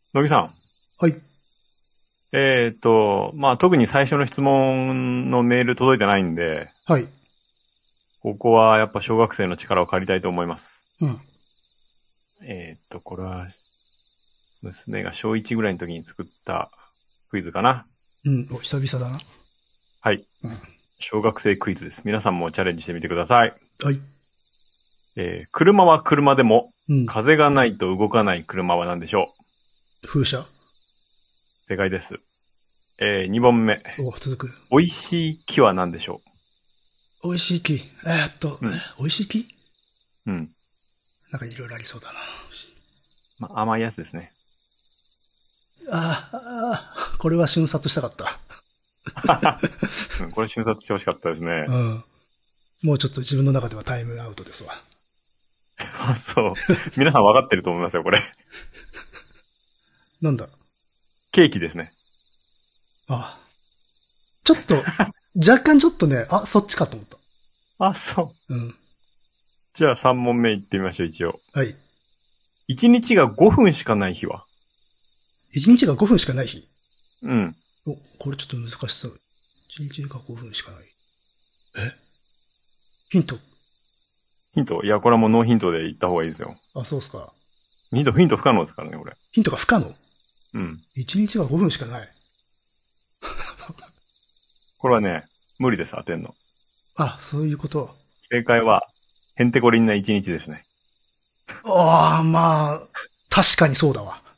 野木さん。 はい。 まあ、特に最初の質問のメール届いてないんで、 はい。 ここはやっぱ小学生の力を借りたいと思います。 うん。 これは、娘が小1ぐらいの時に作ったクイズかな。 うん。お、久々だな。 はい。 うん。 小学生クイズです。皆さんもチャレンジしてみてください。 はい。 車は車でも、 うん。 風がないと動かない車は何でしょう？ 風車。 正解です。2問目。 お、続く。 美味しい木は何でしょ美味しい木。 うん美味しい木う？うん。 なんかいろいろありそうだな。 まあ、甘いやつですね。 これは瞬殺したかった。 うん、これ瞬殺してほしかったですね。 うん。もうちょっと自分の中ではタイムアウトですわ。 あ、そう。皆さん分かってると思いますよ、これ。 なんだ。 ケーキですね。 あ、ちょっと、若干ちょっとね、そっちかと思った。 あ、そう。 うん。 じゃあ3問目行ってみましょう、一応。 はい。 1日が5分しかない日は？ 1日が5分しかない日。 うん。 お、これちょっと難しそう。1日が5分しかない。え？ヒント。 ヒント？いや、これはもうノーヒントで言った方がいいですよ。 あ、そうっすか。 ヒント不可能ですからね、これ。 ヒントが不可能。 うん。 1日が5分しかない。 これはね、無理です、当てんの。 あ、そういうこと。 正解は、へんてこりんな1日ですね。 まあ、確かにそうだわ。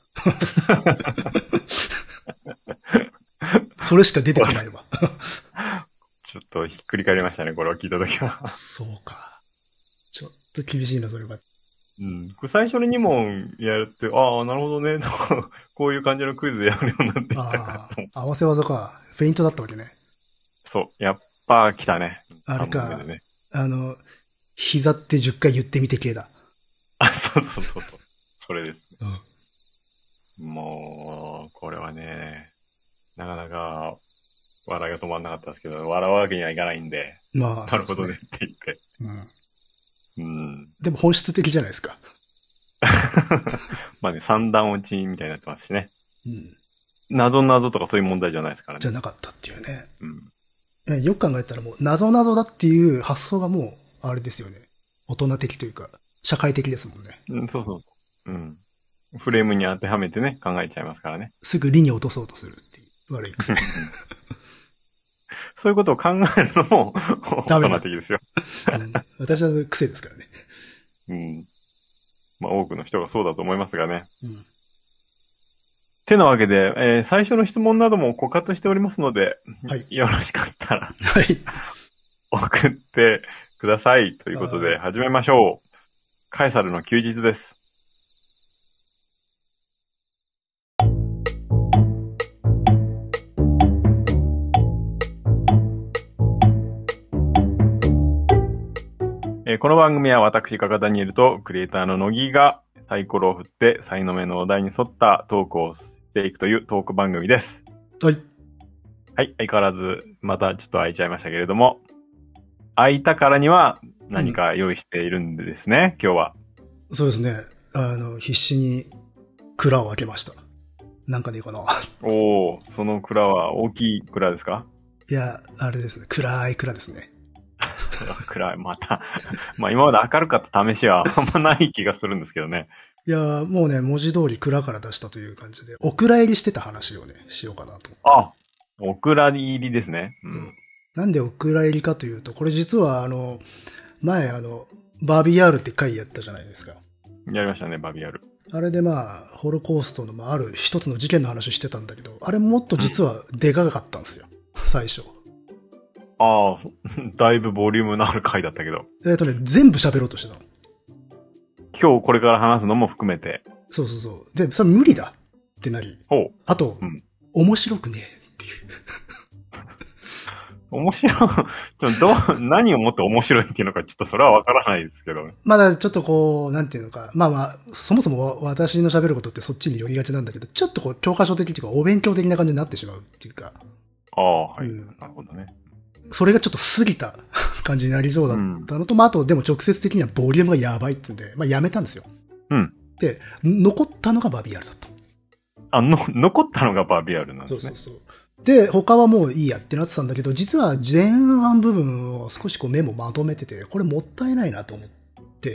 それしか出てこないわ。 ちょっとひっくり返りましたね、これを聞いたときは。 そうか。ちょっと厳しいな、それは。 うん。これ最初に2問やるって、ああ、なるほどね、とこういう感じのクイズでやるようになってきたかと思う。 合わせ技か。フェイントだったわけね。 そう。やっぱ来たね。 あれか 3問目でね。 膝って10回言ってみて系だ。 あ、そう。それですね。 うん。 もう、これはね、なかなか笑いが止まんなかったですけど、笑うわけにはいかないんで、 まあ、 なるほどねそうって言って。 ですね。 うん。 うん。でも本質的じゃないですか。 まあね、三段落ちみたいになってますしね。 うん。 謎とかそういう問題じゃないですからね。 じゃなかったっていうね。 うん。 よく考えたらもう、謎だっていう発想がもう、あれですよね。大人的というか、社会的ですもんね。 うん、そう。うん。フレームに当てはめてね、考えちゃいますからね。 すぐ理に落とそうとするっていう悪い癖。 そういうことを考えるのも大ダメだ人的ですよ。 うん、私は癖ですからね。 うん。まあ多くの人がそうだと思いますがね。 うん。 てなわけで、最初の質問なども枯渇しておりますので、 はい。 よろしかったらはい。 送ってくださいということではい始めましょう。カエサルの休日です。この番組は私、カカダニエルとクリエイターの乃木がサイコロを振って才能目のお題に沿ったトークをしていくというトーク番組です。 はい。 はい、相変わらずまたちょっと空いちゃいましたけれども、空いたからには何か用意しているんでですね、今日は。 そうですね。必死に蔵を開けました。なんかでいいかな。 おー、その蔵は大きい蔵ですか？ いや、あれですね。暗い蔵ですね。 暗い、また。まあ今まで明るかった試しはあんまない気がするんですけどね。 いや、もうね、文字通り蔵から出したという感じで、お蔵入りしてた話をね、しようかなと思って。 あ、お蔵入りですね。 うん。なんでお蔵入りかというと、これ実は前バービー R って回やったじゃないですか。 やりましたね、バビアル。 あれでホロコーストの、ある一つの事件の話してたんだけど、あれもっと実はでかかったんですよ。最初。 ああ、だいぶボリュームのある回だったけど。 全部喋ろうとしてたの。 今日これから話すのも含めて。 そう。で、それ無理だってなり。 ほう。 あと、面白くねえっていう。 面白い。何をもって面白いっていうのかちょっとそれはわからないですけど。 まだちょっとこう、なんていうのか。そもそも私の喋ることってそっちに寄りがちなんだけど、ちょっとこう、教科書的っていうか、お勉強的な感じになってしまうっていうか。 ああ、はい、 うん。 なるほどね。 それがちょっと過ぎた感じになりそうだったのと、あとでも直接的にはボリュームがやばいってんで、やめたんですよ。 うん。 で、残ったのがバビアルだった。 残ったのがバビアルなんですね。 そう。で、他はもういいやってなってたんだけど、実は前半部分を少しこうメモまとめてて、これもったいないなと思って、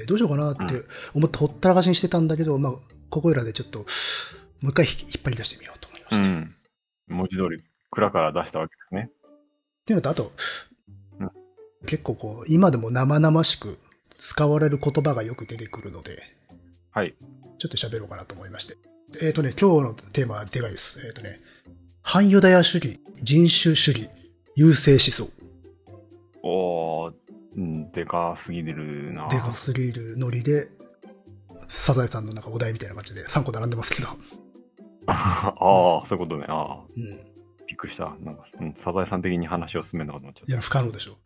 どうしようかなって思ってほったらかしにしてたんだけど、まあ、ここいらでちょっと、もう一回引っ張り出してみようと思いました。 文字通り、蔵から出したわけですね。 っていうのと、あと、結構こう、今でも生々しく使われる言葉がよく出てくるので、 はい。 ちょっと喋ろうかなと思いまして。今日のテーマはでかいです。反ユダヤ主義、人種主義、優勢思想。 でかすぎるな。 でかすぎるノリで、サザエさんのなんかお題みたいな感じで3個並んでますけど。 そういうことね。びっくりした。なんか、サザエさん的に話を進めなかった。 いや、不可能でしょ。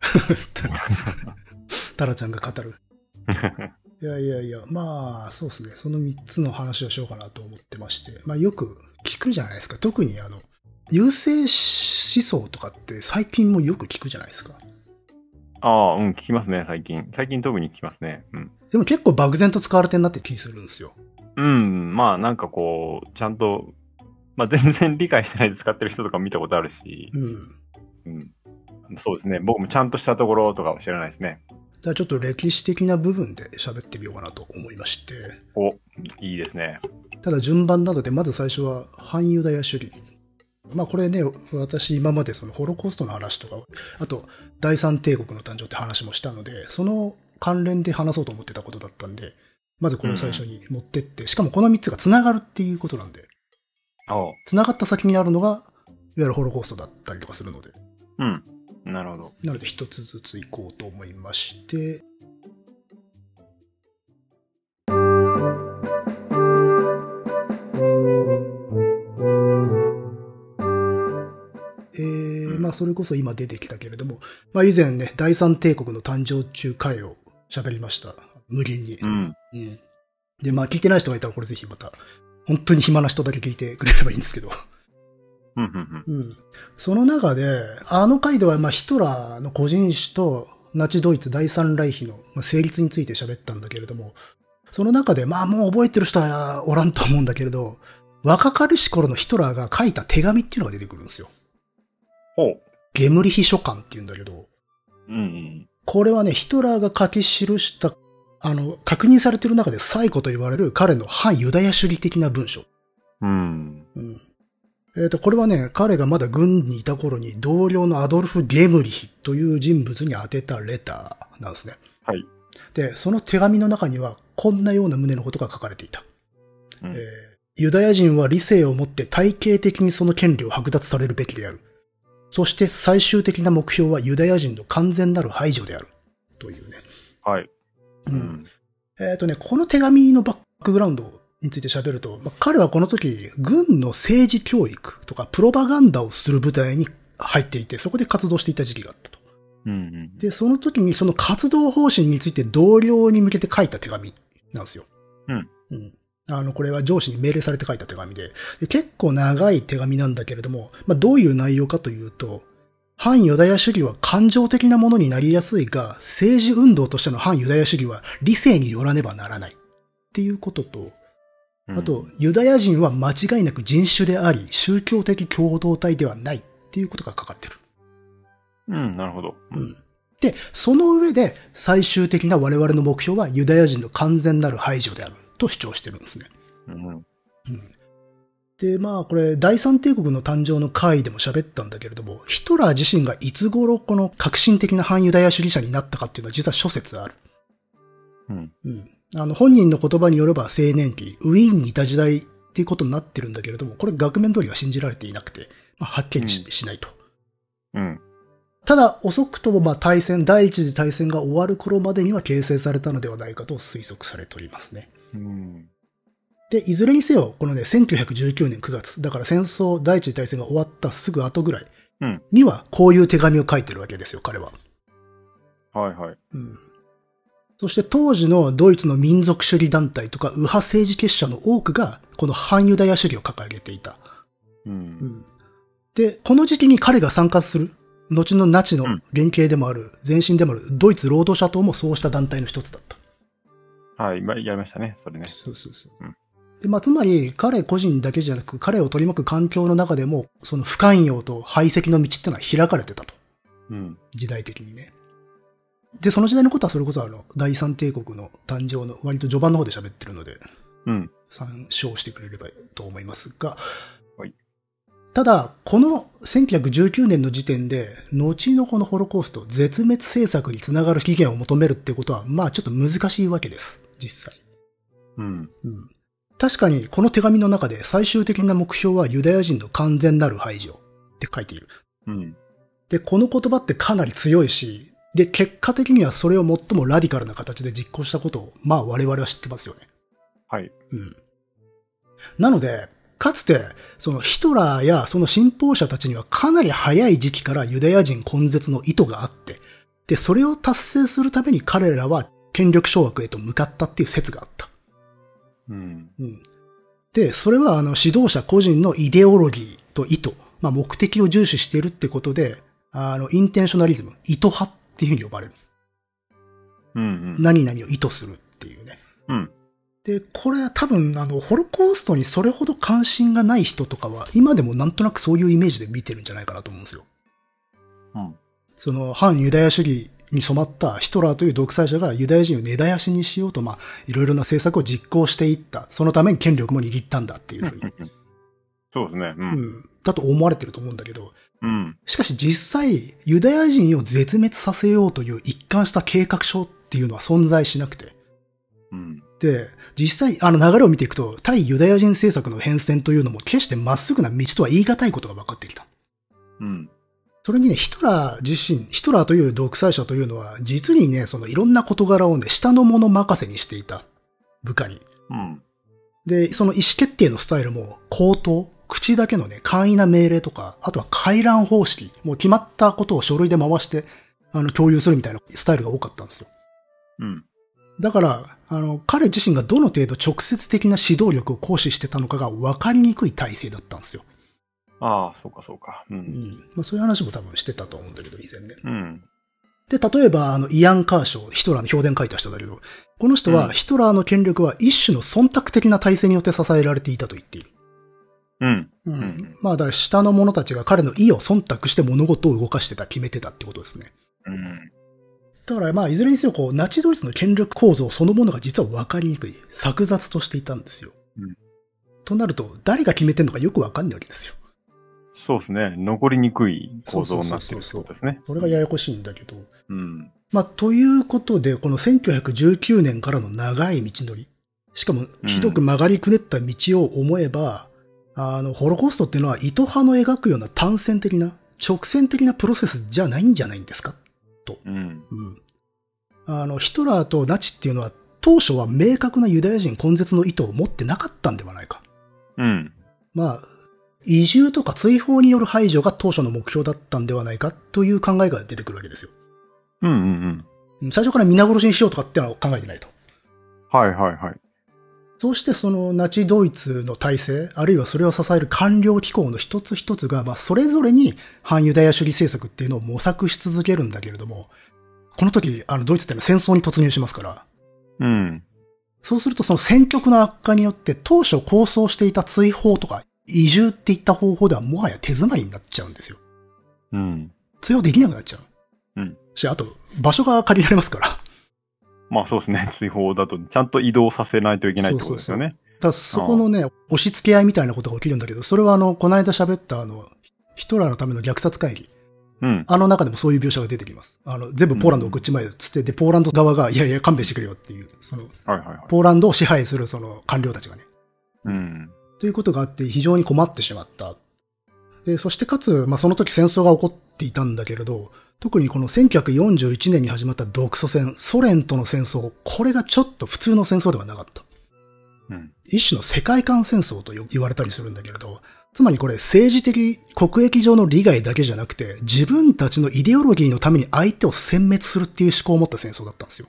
タラちゃんが語る。いや、まあ、そうですね。その3つの話をしようかなと思ってまして。まあ、よく聞くじゃないですか。特に優勢思想とかって最近もよく聞くじゃないですか。 聞きますね、最近。最近特に聞きますね。 でも結構漠然と使われてんなって気するんですよ。 まあなんかこう、ちゃんと、まあ全然理解してないで使ってる人とか見たことあるし、そうですね。僕もちゃんとしたところとかは知らないですね。 じゃあちょっと歴史的な部分で喋ってみようかなと思いまして。 いいですね。 ただ順番などで、まず最初は反ユダヤ主義。まあこれね、私今までそのホロコーストの話とか、あと第三帝国の誕生って話もしたので、その関連で話そうと思ってたことだったんで、まずこれを最初に持ってって、しかもこの3つが繋がるっていうことなんで、繋がった先にあるのが、いわゆるホロコーストだったりとかするので。 なるほど。 なので一つずついこうと思いまして、まあそれこそ今出てきたけれども、まあ以前ね、第三帝国の誕生中回を喋りました。無限に。で、まあ聞いてない人がいたらこれぜひまた、本当に暇な人だけ聞いてくれればいいんですけど。その中で、回ではまあヒトラーの個人史とナチドイツ第三ライヒの成立について喋ったんだけれども、その中でまあもう覚えてる人はおらんと思うんだけれど、若かりし頃のヒトラーが書いた手紙っていうのが出てくるんですよ。ゲムリヒ書簡っていうんだけど、これはね、ヒトラーが書き記した、確認されてる中で最古と言われる彼の反ユダヤ主義的な文書。これはね、彼がまだ軍にいた頃に同僚のアドルフ・ゲムリヒという人物に宛てたレターなんですね。で、その手紙の中にはこんなような旨のことが書かれていた。ユダヤ人は理性をもって体系的にその権利を剥奪されるべきである。そして最終的な目標はユダヤ人の完全なる排除である。というね。この手紙のバックグラウンドについて喋ると、彼はこの時、軍の政治教育とかプロパガンダをする部隊に入っていて、そこで活動していた時期があったと。で、その時にその活動方針について同僚に向けて書いた手紙なんですよ。これは上司に命令されて書いた手紙で、結構長い手紙なんだけれども、どういう内容かというと、反ユダヤ主義は感情的なものになりやすいが、政治運動としての反ユダヤ主義は理性によらねばならない。っていうことと、あと、ユダヤ人は間違いなく人種であり、宗教的共同体ではないっていうことが書かれてる。 なるほど。 で、その上で最終的な我々の目標はユダヤ人の完全なる排除であると主張してるんですね。で、まあこれ第三帝国の誕生の回でも喋ったんだけれども、ヒトラー自身がいつ頃この革新的な反ユダヤ主義者になったかっていうのは実は諸説ある。本人の言葉によれば青年期、ウィーンにいた時代っていうことになってるんだけれども、これ額面通りは信じられていなくて、はっきりしないと。ただ、遅くとも第一次大戦が終わる頃までには形成されたのではないかと推測されておりますね。で、いずれにせよ、このね、1919年9月、だから第一次大戦が終わったすぐ後ぐらいには、こういう手紙を書いてるわけですよ、彼は。そして当時のドイツの民族主義団体とか右派政治結社の多くが、この反ユダヤ主義を掲げていた。で、この時期に彼が参加する、後のナチの原型でもある、前身でもある、ドイツ労働者党もそうした団体の一つだった。 やりましたね、それね。 で、まあ、つまり、彼個人だけじゃなく、彼を取り巻く環境の中でも、その不寛容と排斥の道ってのは開かれてたと。 うん。 時代的にね。で、その時代のことはそれこそ第三帝国の誕生の割と序盤の方で喋ってるので、 うん。 参照してくれればと思いますが、 はい。 ただ、この1919年の時点で、後のこのホロコースト、絶滅政策につながる期限を求めるってことは、まあちょっと難しいわけです。実際。 うん。 うん。確かに、この手紙の中で最終的な目標はユダヤ人の完全なる排除って書いている。 うん。 で、この言葉ってかなり強いし、で、結果的にはそれを最もラディカルな形で実行したことを、まあ我々は知ってますよね。 はい。 うん。なので、かつて、そのヒトラーやその信奉者たちにはかなり早い時期からユダヤ人根絶の意図があって、で、それを達成するために彼らは権力掌握へと向かったっていう説があった。 うん。 うん。で、それは指導者個人のイデオロギーと意図、まあ目的を重視しているってことで、インテンショナリズム、意図派っていうふうに呼ばれる。 うんうん。 何々を意図するっていうね。 うん。 で、これは多分ホロコーストにそれほど関心がない人とかは、今でもなんとなくそういうイメージで見てるんじゃないかなと思うんですよ。 うん。 その、反ユダヤ主義に染まったヒトラーという独裁者がユダヤ人を根絶やしにしようと、まあ、いろいろな政策を実行していった。そのために権力も握ったんだっていうふうに。 そうですね。うん。 だと思われてると思うんだけど、 うん。 しかし実際、ユダヤ人を絶滅させようという一貫した計画書っていうのは存在しなくて。 うん。 で、実際、流れを見ていくと、対ユダヤ人政策の変遷というのも決してまっすぐな道とは言い難いことが分かってきた。 うん。 それにね、ヒトラーという独裁者というのは、実にね、そのいろんな事柄をね、下の者任せにしていた。部下に。 うん。 で、その意思決定のスタイルも、口頭、口だけのね、簡易な命令とか、あとは回覧方式、もう決まったことを書類で回して、共有するみたいなスタイルが多かったんですよ。 うん。 だから、彼自身がどの程度直接的な指導力を行使してたのかが分かりにくい体制だったんですよ。 ああ、そうかそうか。うん。 まあそういう話も多分してたと思うんだけど、以前ね。 うん。 で、例えば、イアン・カーショー、ヒトラーの評伝書いた人だけど、この人は、ヒトラーの権力は一種の忖度的な体制によって支えられていたと言っている。 うん。 うん。まあ、だから下の者たちが彼の意を忖度して物事を動かしてた、決めてたってことですね。 うん。 だからまあ、いずれにせよ、ナチドイツの権力構造そのものが実は分かりにくい。錯雑としていたんですよ。 うん。 となると、誰が決めてんのかよく分かんないわけですよ。 そうですね。残りにくい構造になってるそうですね。 それがややこしいんだけど。 うん。 まあ、ということで、この1919年からの長い道のり。しかも、ひどく曲がりくねった道を思えば、ホロコーストっていうのは意図派の描くような単線的な、直線的なプロセスじゃないんじゃないんですかと。ヒトラーとナチっていうのは、当初は明確なユダヤ人根絶の意図を持ってなかったんではないか。 うん。 まあ、移住とか追放による排除が当初の目標だったんではないかという考えが出てくるわけですよ。 うんうんうん。最初から皆殺しにしようとかってのは考えてないと。 はいはいはい。 そうしてそのナチドイツの体制、あるいはそれを支える官僚機構の一つ一つが、まあそれぞれに反ユダヤ主義政策っていうのを模索し続けるんだけれども、この時、ドイツってのは戦争に突入しますから。 うん。 そうするとその戦局の悪化によって当初構想していた追放とか移住っていった方法ではもはや手詰まりになっちゃうんですよ。 うん。 通用できなくなっちゃう。 うん。 あと、場所が借りられますから。 まあそうですね。追放だとちゃんと移動させないといけないってことですよね。 だそこのね、押し付け合いみたいなことが起きるんだけど、それはこの間喋ったヒトラーのための虐殺会議。 うん。 中でもそういう描写が出てきます。全部ポーランド送っちまえよっつって、で、ポーランド側が、いやいや勘弁してくれよっていう、 はいはいはい。 ポーランドを支配する官僚たちがね。 うん。 ということがあって非常に困ってしまった。で、そしてかつ、まあその時戦争が起こっていたんだけれど、特にこの1941年に始まった独ソ戦、ソ連との戦争、これがちょっと普通の戦争ではなかった。 うん、 一種の世界観戦争と言われたりするんだけれど、つまりこれ政治的国益上の利害だけじゃなくて、自分たちのイデオロギーのために相手を殲滅するっていう思考を持った戦争だったんですよ。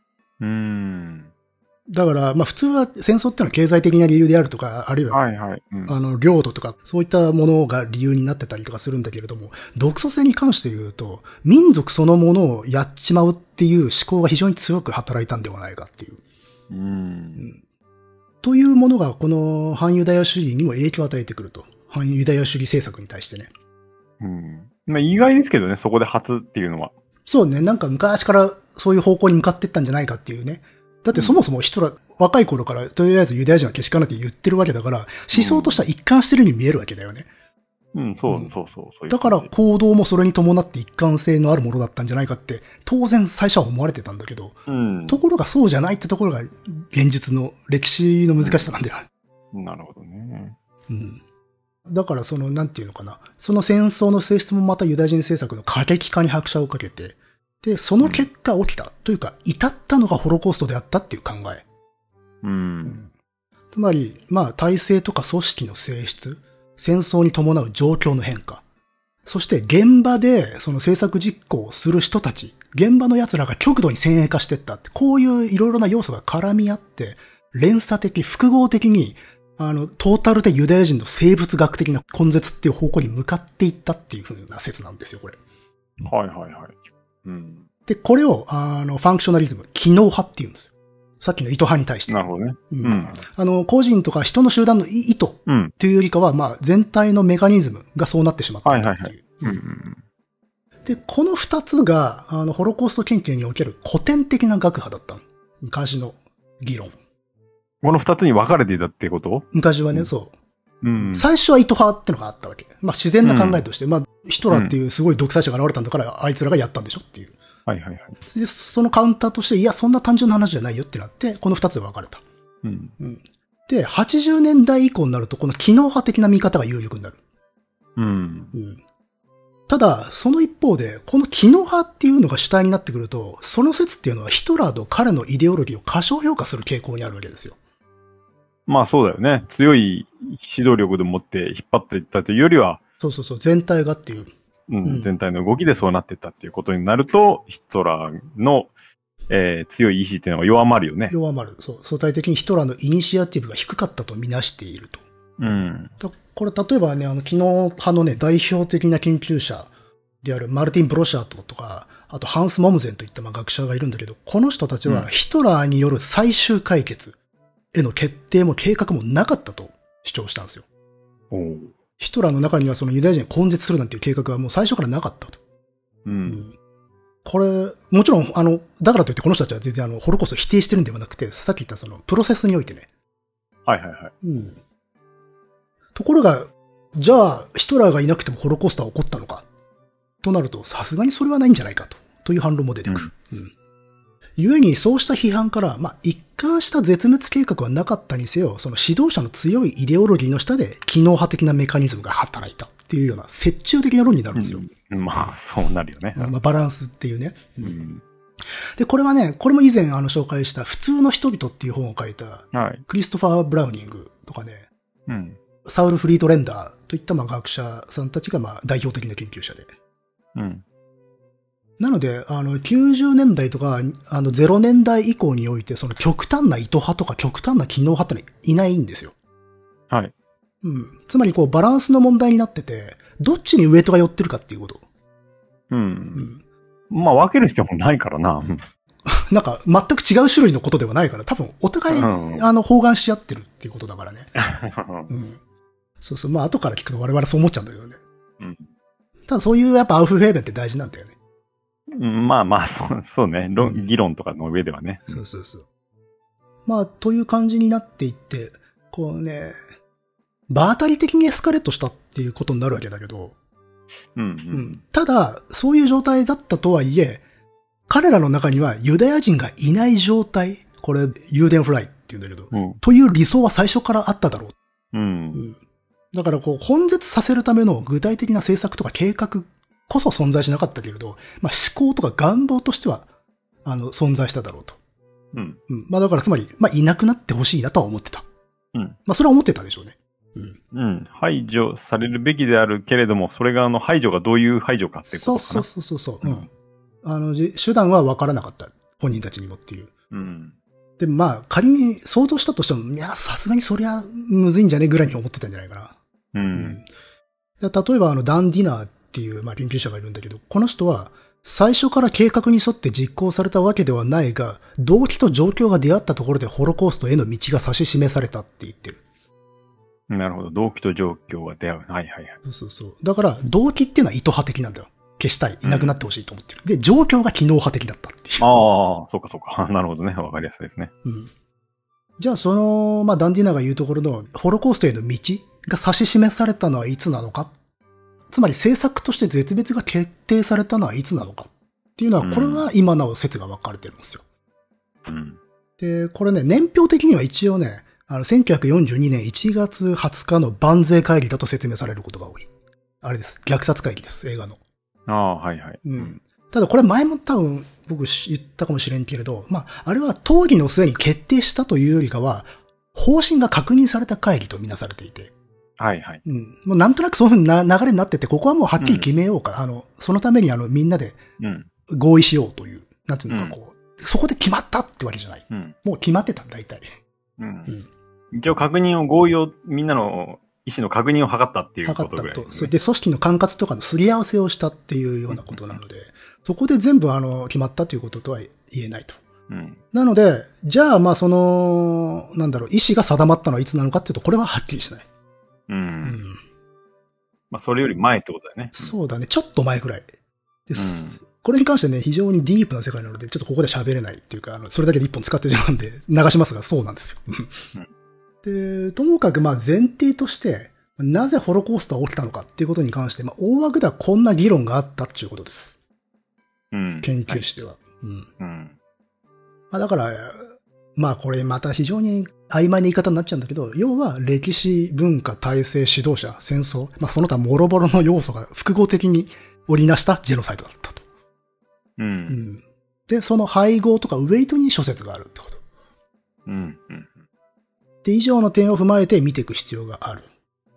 だから、まあ普通は戦争ってのは経済的な理由であるとか、あるいは、 はいはい領土とか、そういったものが理由になってたりとかするんだけれども、独ソ戦に関して言うと、民族そのものをやっちまうっていう思考が非常に強く働いたんではないかっていう。 というものがこの反ユダヤ主義にも影響を与えてくると。反ユダヤ主義政策に対してね。 まあ意外ですけどね、そこで初っていうのは。 そうね、なんか昔からそういう方向に向かっていったんじゃないかっていうね。だってそもそもヒトラー、若い頃からとりあえずユダヤ人はけしからんって言ってるわけだから、思想としては一貫してるように見えるわけだよね。 そういうだから行動もそれに伴って一貫性のあるものだったんじゃないかって、当然最初は思われてたんだけど、ところがそうじゃないってところが現実の歴史の難しさなんだよ。 なるほどね。 だからなんていうのかな。その戦争の性質もまたユダヤ人政策の過激化に拍車をかけて、で、その結果起きたというか、至ったのがホロコーストであったっていう考え。つまり、体制とか組織の性質、戦争に伴う状況の変化、そして現場でその政策実行をする人たち、現場の奴らが極度に先鋭化していったって、こういういろいろな要素が絡み合って、連鎖的、複合的に、トータルでユダヤ人の生物学的な根絶っていう方向に向かっていったっていう風な説なんですよ、これ。で、これを、ファンクショナリズム、機能派って言うんですよ。さっきの意図派に対して。 なるほどね。 個人とか人の集団の意図っていうよりかは、全体のメカニズムがそうなってしまったっていう。で、この二つが、ホロコースト研究における古典的な学派だったの。昔の議論。 この二つに分かれていたってこと？ 昔はね、そう。最初は意図派ってのがあったわけ。自然な考えとして、ヒトラーっていうすごい独裁者が現れたんだから、あいつらがやったんでしょっていう。で、そのカウンターとして、いや、そんな単純な話じゃないよってなって、この二つで分かれた。で、80年代以降になると、この機能派的な見方が有力になる。ただ、その一方で、この機能派っていうのが主体になってくると、その説っていうのはヒトラーと彼のイデオロギーを過小評価する傾向にあるわけですよ。 そうだよね。強い指導力でもって引っ張っていったというよりは、 全体がっていう。 全体の動きでそうなっていったっていうことになると、ヒトラーの、強い意志っていうのが弱まるよね。 弱まる。相対的にヒトラーのイニシアティブが低かったとみなしていると。これ例えばね、機能派のね、代表的な研究者であるマルティン・ブロシャートとか、あとハンス・モムゼンといった学者がいるんだけど、この人たちはヒトラーによる最終解決への決定も計画もなかったと主張したんですよ。ヒトラーの中にはそのユダヤ人を根絶するなんていう計画はもう最初からなかったと。これ、もちろん、だからといってこの人たちは全然ホロコーストを否定してるんではなくて、さっき言ったプロセスにおいてね。ところが、じゃあ、ヒトラーがいなくてもホロコーストは起こったのかとなると、さすがにそれはないんじゃないかという反論も出てくる。故にそうした批判から、一貫した絶滅計画はなかったにせよ、その指導者の強いイデオロギーの下で機能派的なメカニズムが働いたっていうような折衷的な論になるんですよ。 そうなるよね。 バランスっていうね。で、これはね、これも以前紹介した普通の人々っていう本を書いた、クリストファー・ブラウニングとかね、サウル・フリートレンダーといった学者さんたちが代表的な研究者で。なので、90年代とか、0年代以降において、その極端な意図派とか極端な機能派ってのはいないんですよ。つまりバランスの問題になってて、どっちにウエイトが寄ってるかっていうこと。 分ける必要もないからな。 なんか、全く違う種類のことではないから、多分、お互い、包含し合ってるっていうことだからね。後から聞くと我々そう思っちゃうんだけどね。ただ、そういうやっぱアウフヘーベンって大事なんだよね。 そうね。議論とかの上ではね。 という感じになっていって、場当たり的にエスカレートしたっていうことになるわけだけど、ただ、そういう状態だったとはいえ、彼らの中にはユダヤ人がいない状態、これ、ユーデンフライって言うんだけど、という理想は最初からあっただろう。だから根絶させるための具体的な政策とか計画こそ存在しなかったけれど、思考とか願望としては、存在しただろうと。だからつまり、いなくなってほしいなとは思ってた。それは思ってたでしょうね。 排除されるべきであるけれども、それが排除がどういう排除かってことかな。 そう。手段は分からなかった。本人たちにもっていう。で、仮に想像したとしても、いや、さすがにそりゃ、むずいんじゃねぐらいに思ってたんじゃないかな。例えば、ダン・ディナーっていう、研究者がいるんだけど、この人は、 最初から計画に沿って実行されたわけではないが、動機と状況が出会ったところでホロコーストへの道が指し示されたって言ってる。 なるほど。動機と状況が出会う。はいはいはい。 そうそうそう。だから、動機っていうのは意図派的なんだよ。消したい。いなくなってほしいと思ってる。で、状況が機能派的だったっていう。 ああ、そうかそうか。なるほどね。わかりやすいですね。 うん。じゃあ、その、まあ、ダンディーナが言うところの、ホロコーストへの道が指し示されたのはいつなのか。つまり、政策として絶滅が決定されたのはいつなのか。っていうのは、これは今なお説が分かれてるんですよ。 うん。 で、これね、年表的には一応ね、1942年1月20日の万税会議だと説明されることが多い。あれです。虐殺会議です。映画の。 ああ、はいはい。 うん。ただこれ前も多分僕言ったかもしれんけれど、まあ、あれは討議の末に決定したというよりかは、方針が確認された会議とみなされていて。 はいはい。 うん。もうなんとなくそういうな流れになってて、ここはもうはっきり決めようか。そのためにみんなで合意しようという、なんていうのかこう、そこで決まったってわけじゃない。もう決まってた、大体。 一応確認を、合意を、みんなの意思の確認を図ったっていうことぐらい、ね。 図ったと。で、組織の管轄とかのすり合わせをしたっていうようなことなので、そこで全部決まったということとは言えないと。なので、じゃあまあ意思が定まったのはいつなのかっていうと、これははっきりしない。 まあそれより前ってことだよね。 そうだね。ちょっと前ぐらいです。これに関してね、非常にディープな世界なので、ちょっとここで喋れないっていうか、それだけで一本使ってしまうんで、流しますが、そうなんですよ。で、ともかくまあ前提として、なぜホロコーストは起きたのかっていうことに関して、まあ大枠ではこんな議論があったっていうことです。研究室では。まあだから、まあこれまた非常に曖昧な言い方になっちゃうんだけど、要は歴史、文化、体制、指導者、戦争、まあその他諸々の要素が複合的に織りなしたジェノサイドだったと。で、その配合とかウェイトに諸説があるってこと。で、以上の点を踏まえて見ていく必要がある。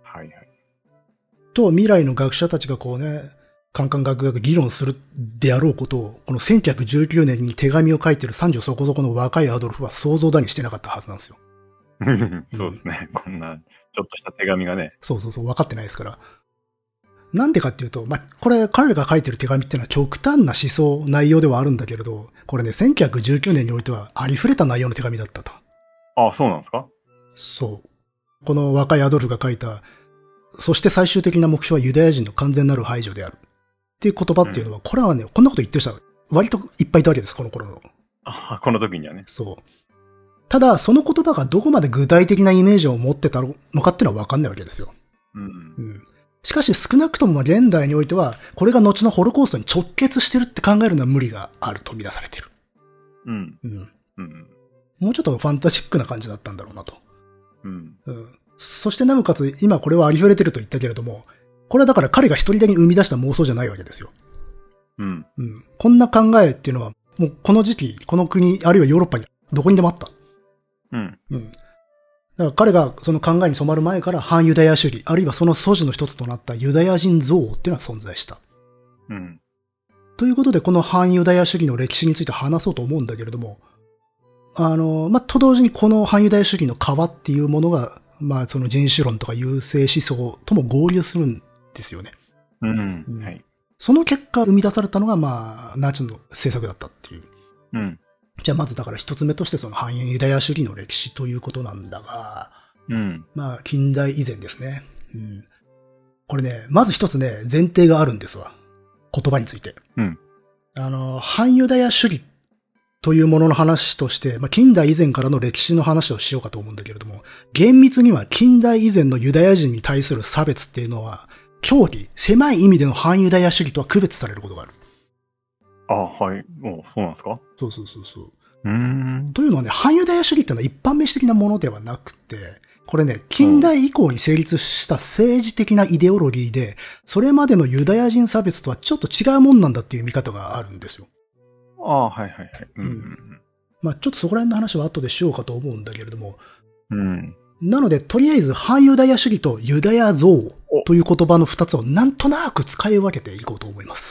と、未来の学者たちがこうね、カンカンガクガク議論するであろうことを、この1919年に手紙を書いてる30そこそこの若いアドルフは想像だにしてなかったはずなんですよ。 そうですね。こんな、ちょっとした手紙がね。 そう、分かってないですから。なんでかっていうと、まあ、これ、彼らが書いてる手紙っていうのは極端な思想、内容ではあるんだけれど、これね、1919年においてはありふれた内容の手紙だったと。 ああ、そうなんですか？ そう。この若いアドルフが書いた、そして最終的な目標はユダヤ人の完全なる排除である。っていう言葉っていうのは、これはね、こんなこと言ってる人は割といっぱいいたわけです、この頃の。 あ、この時にはね。 そう。ただ、その言葉がどこまで具体的なイメージを持ってたのかっていうのは分かんないわけですよ。しかし少なくとも現代においては、これが後のホロコーストに直結してるって考えるのは無理があると見出されている。もうちょっとファンタジックな感じだったんだろうなと。そしてなおかつ、今これはありふれてると言ったけれども、これはだから彼が一人でに生み出した妄想じゃないわけですよ。こんな考えっていうのは、もうこの時期、この国、あるいはヨーロッパにどこにでもあった。だから彼がその考えに染まる前から反ユダヤ主義、あるいはその素地の一つとなったユダヤ人憎悪っていうのは存在した。ということで、この反ユダヤ主義の歴史について話そうと思うんだけれども、と同時にこの反ユダヤ主義の皮っていうものが、その人種論とか優生思想とも合流するんですよね。その結果生み出されたのが、ナチの政策だったっていう。じゃあまずだから一つ目としてその反ユダヤ主義の歴史ということなんだが、近代以前ですね。これね、まず一つね、前提があるんですわ。言葉について。反ユダヤ主義というものの話として、近代以前からの歴史の話をしようかと思うんだけれども、厳密には近代以前のユダヤ人に対する差別っていうのは、狭義、狭い意味での反ユダヤ主義とは区別されることがある。 はい。そうなんですか？ そう。というのはね、反ユダヤ主義ってのは一般名詞的なものではなくて、これね、近代以降に成立した政治的なイデオロギーで、それまでのユダヤ人差別とはちょっと違うもんなんだっていう見方があるんですよ。ちょっとそこら辺の話は後でしようかと思うんだけれども。なので、とりあえず反ユダヤ主義とユダヤ憎悪という言葉の二つをなんとなく使い分けていこうと思います。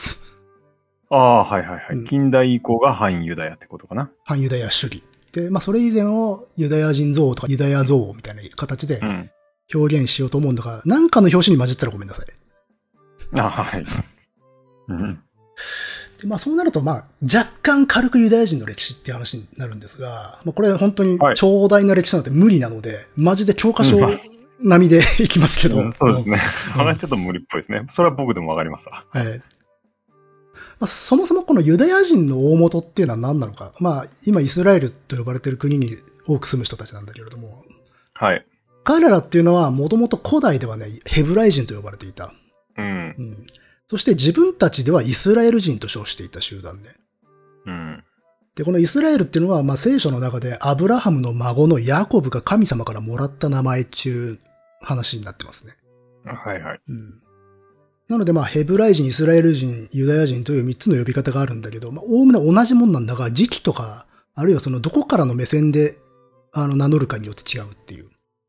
近代以降が反ユダヤってことかな。 反ユダヤ主義。で、それ以前をユダヤ人憎悪とかユダヤ憎悪みたいな形で表現しようと思うんだが、なんかの表紙に混じったらごめんなさい。 まあそうなると、まあ若干軽くユダヤ人の歴史っていう話になるんですが、まあこれ本当に長大な歴史なので無理なので、マジで教科書並みでいきますけど。 そうですね。それはちょっと無理っぽいですね。それは僕でもわかりますわ。 はい。まあ、そもそもこのユダヤ人の大元っていうのは何なのか。まあ今イスラエルと呼ばれている国に多く住む人たちなんだけれども。 はい。 彼らっていうのはもともと古代ではね、ヘブライ人と呼ばれていた。 うん。 そして自分たちではイスラエル人と称していた集団で。 うん。 で、このイスラエルっていうのは、まあ聖書の中でアブラハムの孫のヤコブが神様からもらった名前中話になってますね。 はいはい。 なのでまあヘブライ人、イスラエル人、ユダヤ人という3つの呼び方があるんだけど、まあおおむね同じもんなんだが、時期とか、あるいはそのどこからの目線で名乗るかによって違うっていう。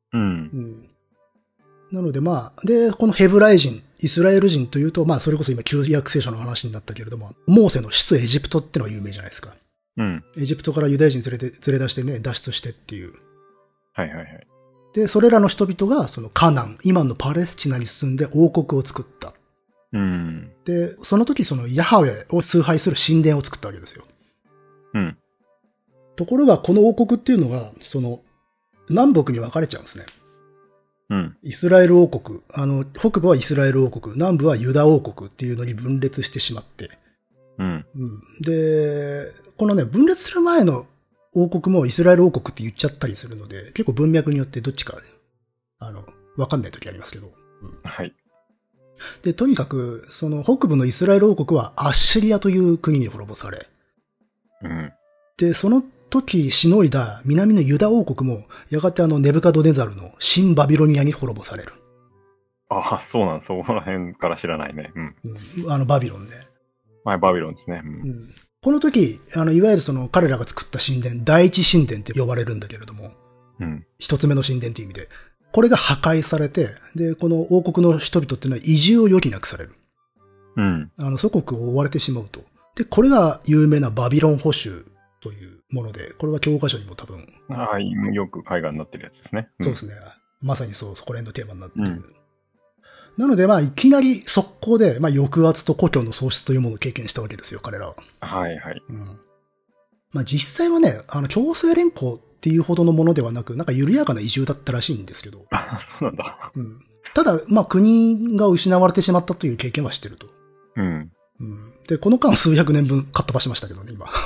なのでまあ、で、このヘブライ人、イスラエル人というと、まあそれこそ今旧約聖書の話になったけれども、モーセの出エジプトってのは有名じゃないですか。エジプトからユダヤ人連れ出してね、脱出してっていう。 はいはいはい。 で、それらの人々がそのカナン、今のパレスチナに住んで王国を作った。で、その時そのヤハウェを崇拝する神殿を作ったわけですよ。ところがこの王国っていうのが、その南北に分かれちゃうんですね。イスラエル王国、北部はイスラエル王国、南部はユダ王国っていうのに分裂してしまって、で、このね、分裂する前の王国もイスラエル王国って言っちゃったりするので、結構文脈によってどっちか、わかんない時ありますけど。 はい。 で、とにかく、その北部のイスラエル王国はアッシリアという国に滅ぼされ、で、その時しのいだ南のユダ王国も、やがてネブカドネザルの新バビロニアに滅ぼされる。 ああ、そうなん、そこら辺から知らないね。 バビロンね。 はい、バビロンですね。 この時、いわゆるその彼らが作った神殿、第一神殿って呼ばれるんだけれども、一つ目の神殿っていう意味で、これが破壊されて、で、この王国の人々っていうのは移住を余儀なくされる。祖国を追われてしまうと。で、これが有名なバビロン捕囚というもので、これは教科書にも多分。 はい、よく海外になってるやつですね。 そうですね。まさにそう、そこら辺のテーマになってる。なので、まあ、いきなり速攻で、まあ、抑圧と故郷の喪失というものを経験したわけですよ、彼らは。 はいはい。 まあ、実際はね、強制連行っていうほどのものではなく、なんか緩やかな移住だったらしいんですけど。 そうなんだ。 ただ、まあ、国が失われてしまったという経験はしてると。で、この間数百年分かっ飛ばしましたけどね、今。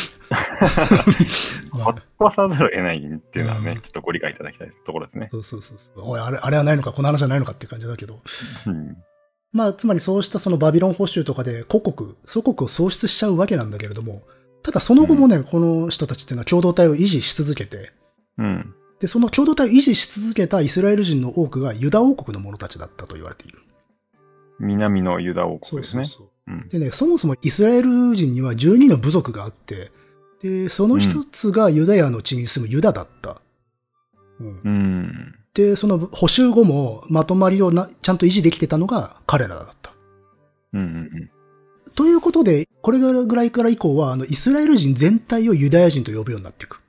ほっとさざるを得ないっていうのはね、ちょっとご理解いただきたいところですね。 そう。おい、あれはないのか、この話はないのかっていう感じだけど。まあ、つまりそうしたそのバビロン捕囚とかで祖国を喪失しちゃうわけなんだけれども、ただその後もね、この人たちっていうのは共同体を維持し続けて、で、その共同体を維持し続けたイスラエル人の多くがユダ王国の者たちだったと言われている。 南のユダ王国ですね。 でね、そもそもイスラエル人には12の部族があって、で、その一つがユダヤの地に住むユダだった。で、その捕囚後もまとまりをちゃんと維持できてたのが彼らだった。ということで、これぐらいから以降は、イスラエル人全体をユダヤ人と呼ぶようになっていく。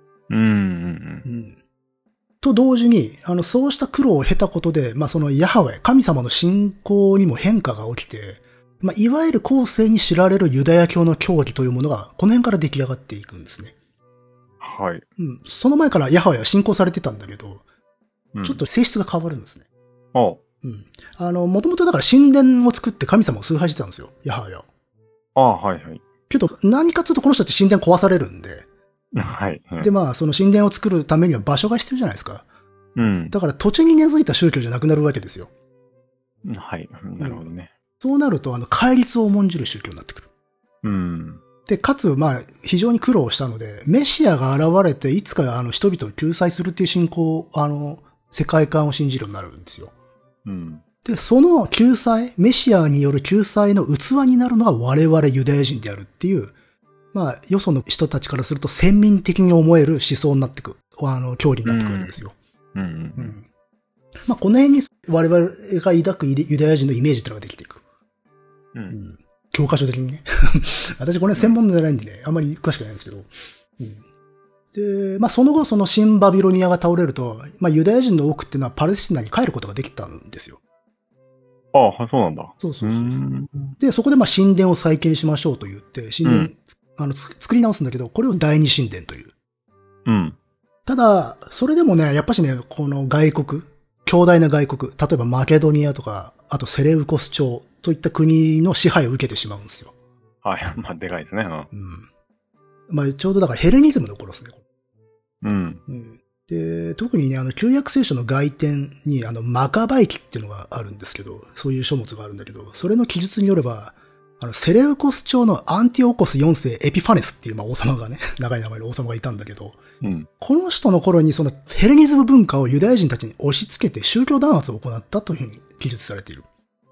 と同時に、そうした苦労を経たことで、まあ、そのヤハウェ、神様の信仰にも変化が起きて、まあ、いわゆる後世に知られるユダヤ教の教義というものが、この辺から出来上がっていくんですね。 はい。 その前からヤハウェは信仰されてたんだけど、ちょっと性質が変わるんですね。もともとだから神殿を作って神様を崇拝してたんですよ、ヤハウェは。 はいはい。 けど、何かというとこの人たち神殿壊されるんで、で、まあ、その神殿を作るためには場所が必要じゃないですか。だから土地に根付いた宗教じゃなくなるわけですよ。 はい。なるほどね。 そうなると、戒律を重んじる宗教になってくる。で、かつ、まあ、非常に苦労したので、メシアが現れて、いつか人々を救済するっていう信仰、世界観を信じるようになるんですよ。で、その救済、メシアによる救済の器になるのが我々ユダヤ人であるっていう、まあ、よその人たちからすると先民的に思える思想になってく、教義になってくるわけですよ。まあ、この辺に我々が抱くユダヤ人のイメージっていうのができていく。教科書的にね。私これ専門じゃないんでね、あんまり詳しくないんですけど。で、まあ、その後、その新バビロニアが倒れると、まあ、ユダヤ人の多くっていうのはパレスチナに帰ることができたんですよ。 ああ、そうなんだ。 そうそうそう。で、そこで神殿を再建しましょうと言って、神殿、作り直すんだけど、これを第二神殿という。 うん。 ただ、それでもね、やっぱしね、この外国、強大な外国、例えばマケドニアとか、あとセレウコス朝といった国の支配を受けてしまうんですよ。 はい。でかいですね。 ちょうどだからヘレニズムの頃ですね。で、特にね、旧約聖書の外典に、マカバイ記っていうのがあるんですけど、そういう書物があるんだけど、それの記述によれば、セレウコス朝のアンティオコス4世エピファネスっていう、王様がね、長い名前の王様がいたんだけど、この人の頃にそのヘレニズム文化をユダヤ人たちに押し付けて宗教弾圧を行ったというふうに記述されている。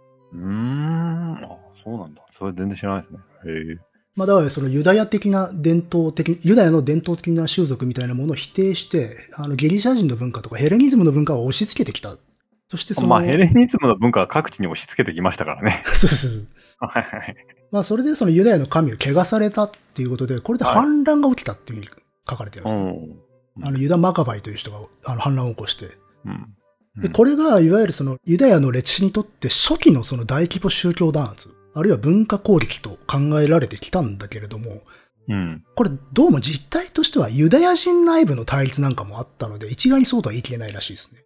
そうなんだ。それ全然知らないですね。へえ。 だからそのユダヤの伝統的な習俗みたいなものを否定して、ギリシャ人の文化とかヘレニズムの文化を押し付けてきた。そしてヘレニズムの文化は各地に押し付けてきましたからね。 そうそうそう。それでそのユダヤの神を汚されたっていうことで、これで反乱が起きたっていうふうに書かれてるんですね。ユダ・マカバイという人が反乱を起こして。で、これがいわゆるそのユダヤの歴史にとって初期のその大規模宗教弾圧、あるいは文化攻撃と考えられてきたんだけれども、これどうも実態としてはユダヤ人内部の対立なんかもあったので、一概にそうとは言い切れないらしいですね。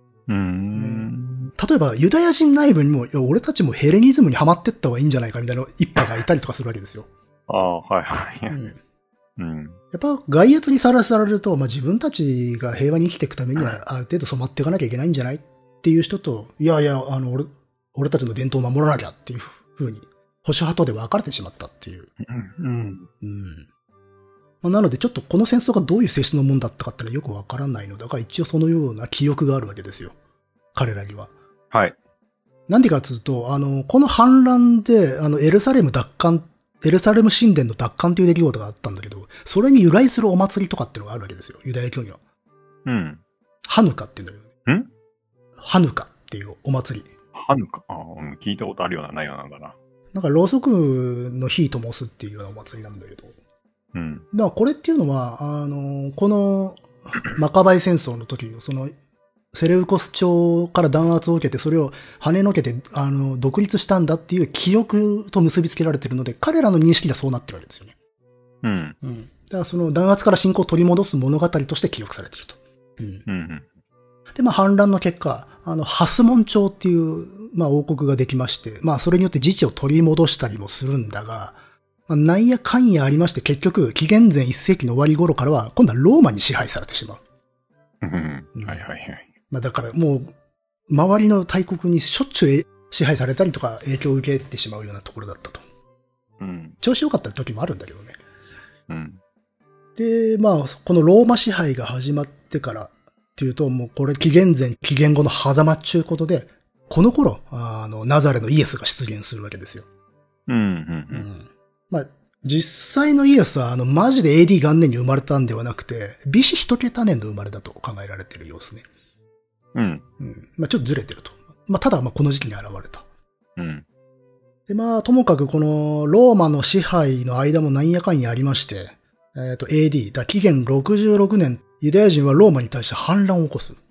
例えばユダヤ人内部にも、俺たちもヘレニズムにハマってった方がいいんじゃないかみたいな一派がいたりとかするわけですよ。やっぱ外圧にさらされると、自分たちが平和に生きていくためにはある程度染まっていかなきゃいけないんじゃないっていう人と、俺たちの伝統を守らなきゃっていう風に、保守派とで分かれてしまったっていう。なのでちょっとこの戦争がどういう性質のもんだったかってのはよくわからないのだが、一応そのような記憶があるわけですよ。彼らには。 はい。 なんでかっていうと、この反乱で、エルサレム神殿の奪還という出来事があったんだけど、それに由来するお祭りとかっていうのがあるわけですよ。ユダヤ教には。ハヌカっていうんだけど。ハヌカっていうお祭り。 ハヌカ聞いたことあるような、ないようなんだな。 なんか、ろうそくの火灯すっていうようなお祭りなんだけど。だからこれっていうのは、このマカバイ戦争の時のその、セレウコス朝から弾圧を受けて、それを跳ねのけて、独立したんだっていう記憶と結びつけられているので、彼らの認識ではそうなってるわけですよね。だからその弾圧から信仰を取り戻す物語として記録されていると。で、反乱の結果、ハスモン朝っていう、王国ができまして、それによって自治を取り戻したりもするんだが、なんやかんやありまして、結局、紀元前1世紀の終わり頃からは、今度はローマに支配されてしまう。だからもう、周りの大国にしょっちゅう支配されたりとか影響を受けてしまうようなところだったと。調子良かった時もあるんだけどね。で、このローマ支配が始まってからっていうと、もうこれ紀元前、紀元後の狭間っちゅうことで、この頃、ナザレのイエスが出現するわけですよ。実際のイエスは、マジで AD 元年に生まれたんではなくて、BC 一桁年の生まれだと考えられている様子ね。ちょっとずれてると。ただ、この時期に現れた。で、ともかくこの、ローマの支配の間もなんやかんやありまして、AD、紀元66年、ユダヤ人はローマに対して反乱を起こす。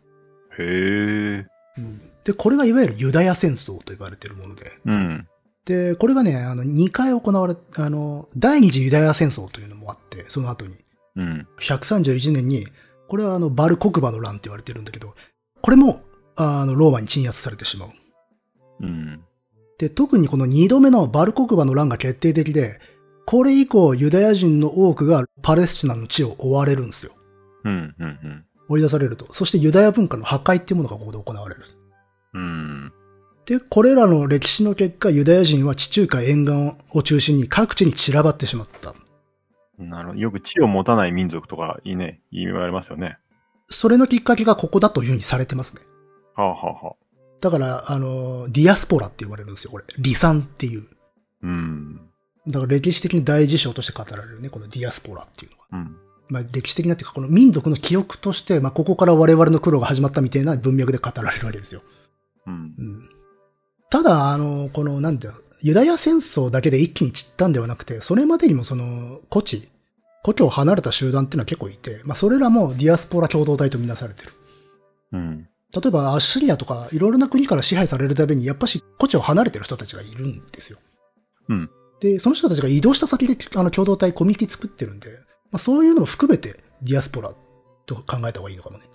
で、これがいわゆるユダヤ戦争と呼ばれているもので。で、これがね、2回行われ、第二次ユダヤ戦争というのもあって、その後に。131年に、これはバルコクバの乱って言われてるんだけど、これも、ローマに鎮圧されてしまう。で、特にこの2度目のバルコクバの乱が決定的で、これ以降ユダヤ人の多くがパレスチナの地を追われるんですよ。追い出されると。そしてユダヤ文化の破壊っていうものがここで行われる。で、これらの歴史の結果、ユダヤ人は地中海沿岸を中心に各地に散らばってしまった。 なるほど。よく地を持たない民族とか言われますよね。 それのきっかけがここだというふうにされてますね。だから、ディアスポラって言われるんですよ、これ。離散っていう。だから歴史的に大事象として語られるね、このディアスポラっていうのが。歴史的なっていうか、この民族の記憶として、ここから我々の苦労が始まったみたいな文脈で語られるわけですよ。ただ、この、ユダヤ戦争だけで一気に散ったんではなくて、それまでにもその、故郷を離れた集団っていうのは結構いて、それらもディアスポラ共同体とみなされてる。 例えばアッシリアとかいろいろな国から支配されるためにやっぱし故地を離れてる人たちがいるんですよ。 うん。 で、その人たちが移動した先で共同体、コミュニティ作ってるんで、まあそういうのも含めてディアスポラと考えた方がいいのかもね。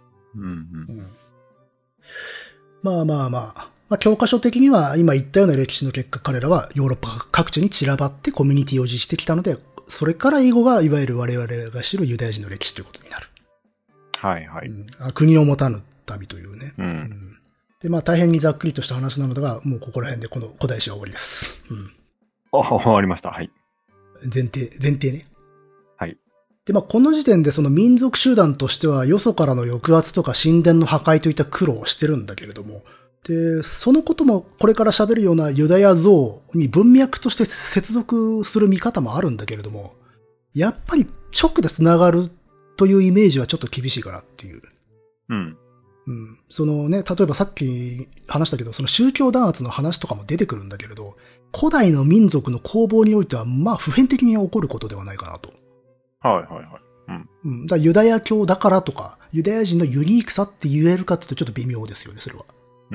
まあ、教科書的には今言ったような歴史の結果、彼らはヨーロッパ各地に散らばってコミュニティを維持してきたので、それから以後がいわゆる我々が知るユダヤ人の歴史ということになる。 はいはい。 国を持たぬ民というね。 うんで、まあ大変にざっくりとした話なのだが、もうここら辺でこの古代史は終わりです。 終わりました。はい。 前提ね。 はい。 で、まあこの時点でその民族集団としてはよそからの抑圧とか神殿の破壊といった苦労をしてるんだけれども、で、そのこともこれから喋るようなユダヤ像に文脈として接続する見方もあるんだけれども、やっぱり直で繋がるというイメージはちょっと厳しいかなっていう。そのね、例えばさっき話したけど、その宗教弾圧の話とかも出てくるんだけれど、古代の民族の攻防においては、まあ普遍的に起こることではないかなと。 はい。 だからユダヤ教だからとか、ユダヤ人のユニークさって言えるかって言うとちょっと微妙ですよね、それは。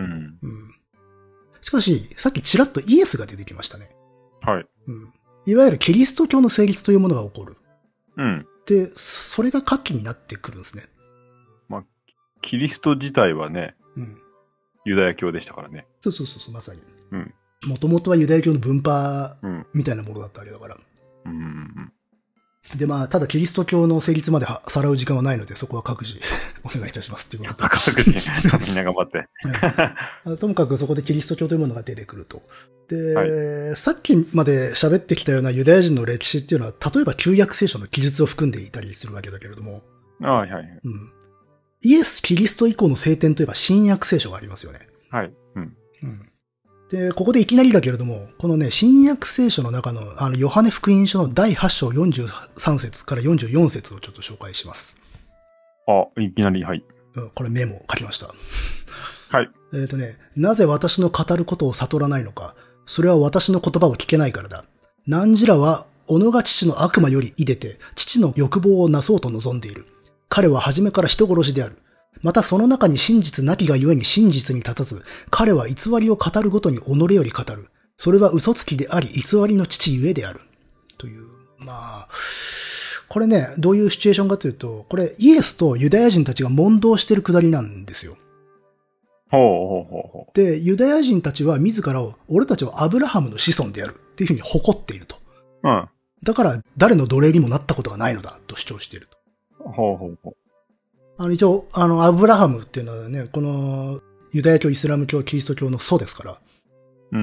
しかし、さっきちらっとイエスが出てきましたね。 はい。 いわゆるキリスト教の成立というものが起こる。 うん。 で、それが下記になってくるんですね。 まあ、キリスト自体はね、ユダヤ教でしたからね。 そう、まさに。もともとはユダヤ教の分派みたいなものだったわけだから。で、まあ、ただキリスト教の成立までさらう時間はないので、そこは各自お願いいたしますっていうことで。 各自、みんな頑張って。 ともかくそこでキリスト教というものが出てくると。で、さっきまで喋ってきたようなユダヤ人の歴史っていうのは、例えば旧約聖書の記述を含んでいたりするわけだけれども。イエス・キリスト以降の聖典といえば新約聖書がありますよね。 はい。 で、ここでいきなりだけれども、このね、新約聖書の中の、ヨハネ福音書の第8章43節から44節をちょっと紹介します。 いきなり、はい。 これメモ書きました。 はい。 なぜ私の語ることを悟らないのか。それは私の言葉を聞けないからだ。汝らは、己が父の悪魔より出て、父の欲望をなそうと望んでいる。彼は初めから人殺しである。またその中に真実なきがゆえに真実に立たず、彼は偽りを語るごとに己より語る。それは嘘つきであり、偽りの父ゆえである。という、まあ、これね、どういうシチュエーションかというと、これイエスとユダヤ人たちが問答してるくだりなんですよ。で、ユダヤ人たちは自らを、俺たちはアブラハムの子孫であるっていうふうに誇っていると。だから、誰の奴隷にもなったことがないのだと主張していると。一応、アブラハムっていうのはね、この、ユダヤ教、イスラム教、キリスト教の祖ですから。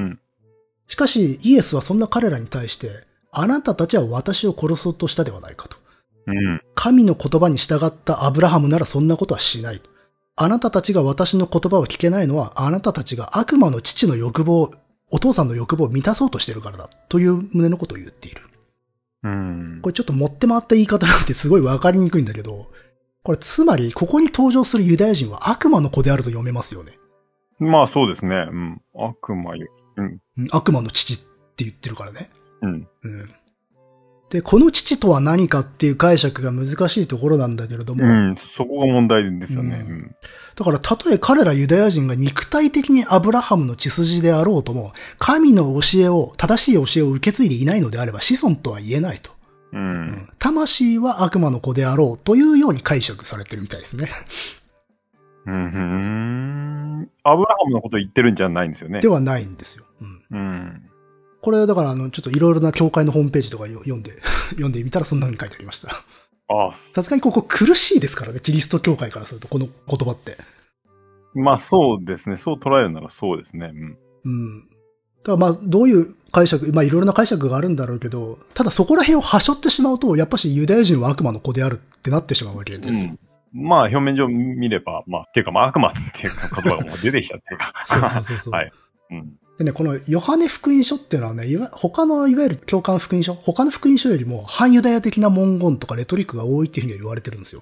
しかし、イエスはそんな彼らに対して、あなたたちは私を殺そうとしたではないかと。神の言葉に従ったアブラハムならそんなことはしない。あなたたちが私の言葉を聞けないのは、あなたたちが悪魔の父の欲望、お父さんの欲望を満たそうとしているからだ。という旨のことを言っている。これちょっと持って回った言い方なんてすごいわかりにくいんだけど、これつまり、ここに登場するユダヤ人は悪魔の子であると読めますよね。 まあそうですね。悪魔よ。 悪魔の父って言ってるからね。で、この父とは何かっていう解釈が難しいところなんだけれども。 そこが問題ですよね。 だから、たとえ彼らユダヤ人が肉体的にアブラハムの血筋であろうとも、神の教えを、正しい教えを受け継いでいないのであれば子孫とは言えないと。魂は悪魔の子であろうというように解釈されてるみたいですね。 アブラハムのこと言ってるんじゃないんですよね。 ではないんですよ。これだからちょっといろいろな教会のホームページとか読んでみたらそんな風に書いてありました。さすがにここ苦しいですからね、キリスト教会からするとこの言葉って。 まあそうですね、そう捉えるならそうですね。 だからまあどういう解釈、まあいろいろな解釈があるんだろうけど、ただそこら辺をはしょってしまうと、やっぱしユダヤ人は悪魔の子であるってなってしまうわけですよ。 まあ表面上見れば、っていうか悪魔っていう言葉がもう出てきちゃってるか。 そう。 はい。 でね、このヨハネ福音書っていうのはね、他のいわゆる教会福音書、他の福音書よりも反ユダヤ的な文言とかレトリックが多いっていうふうには言われてるんですよ。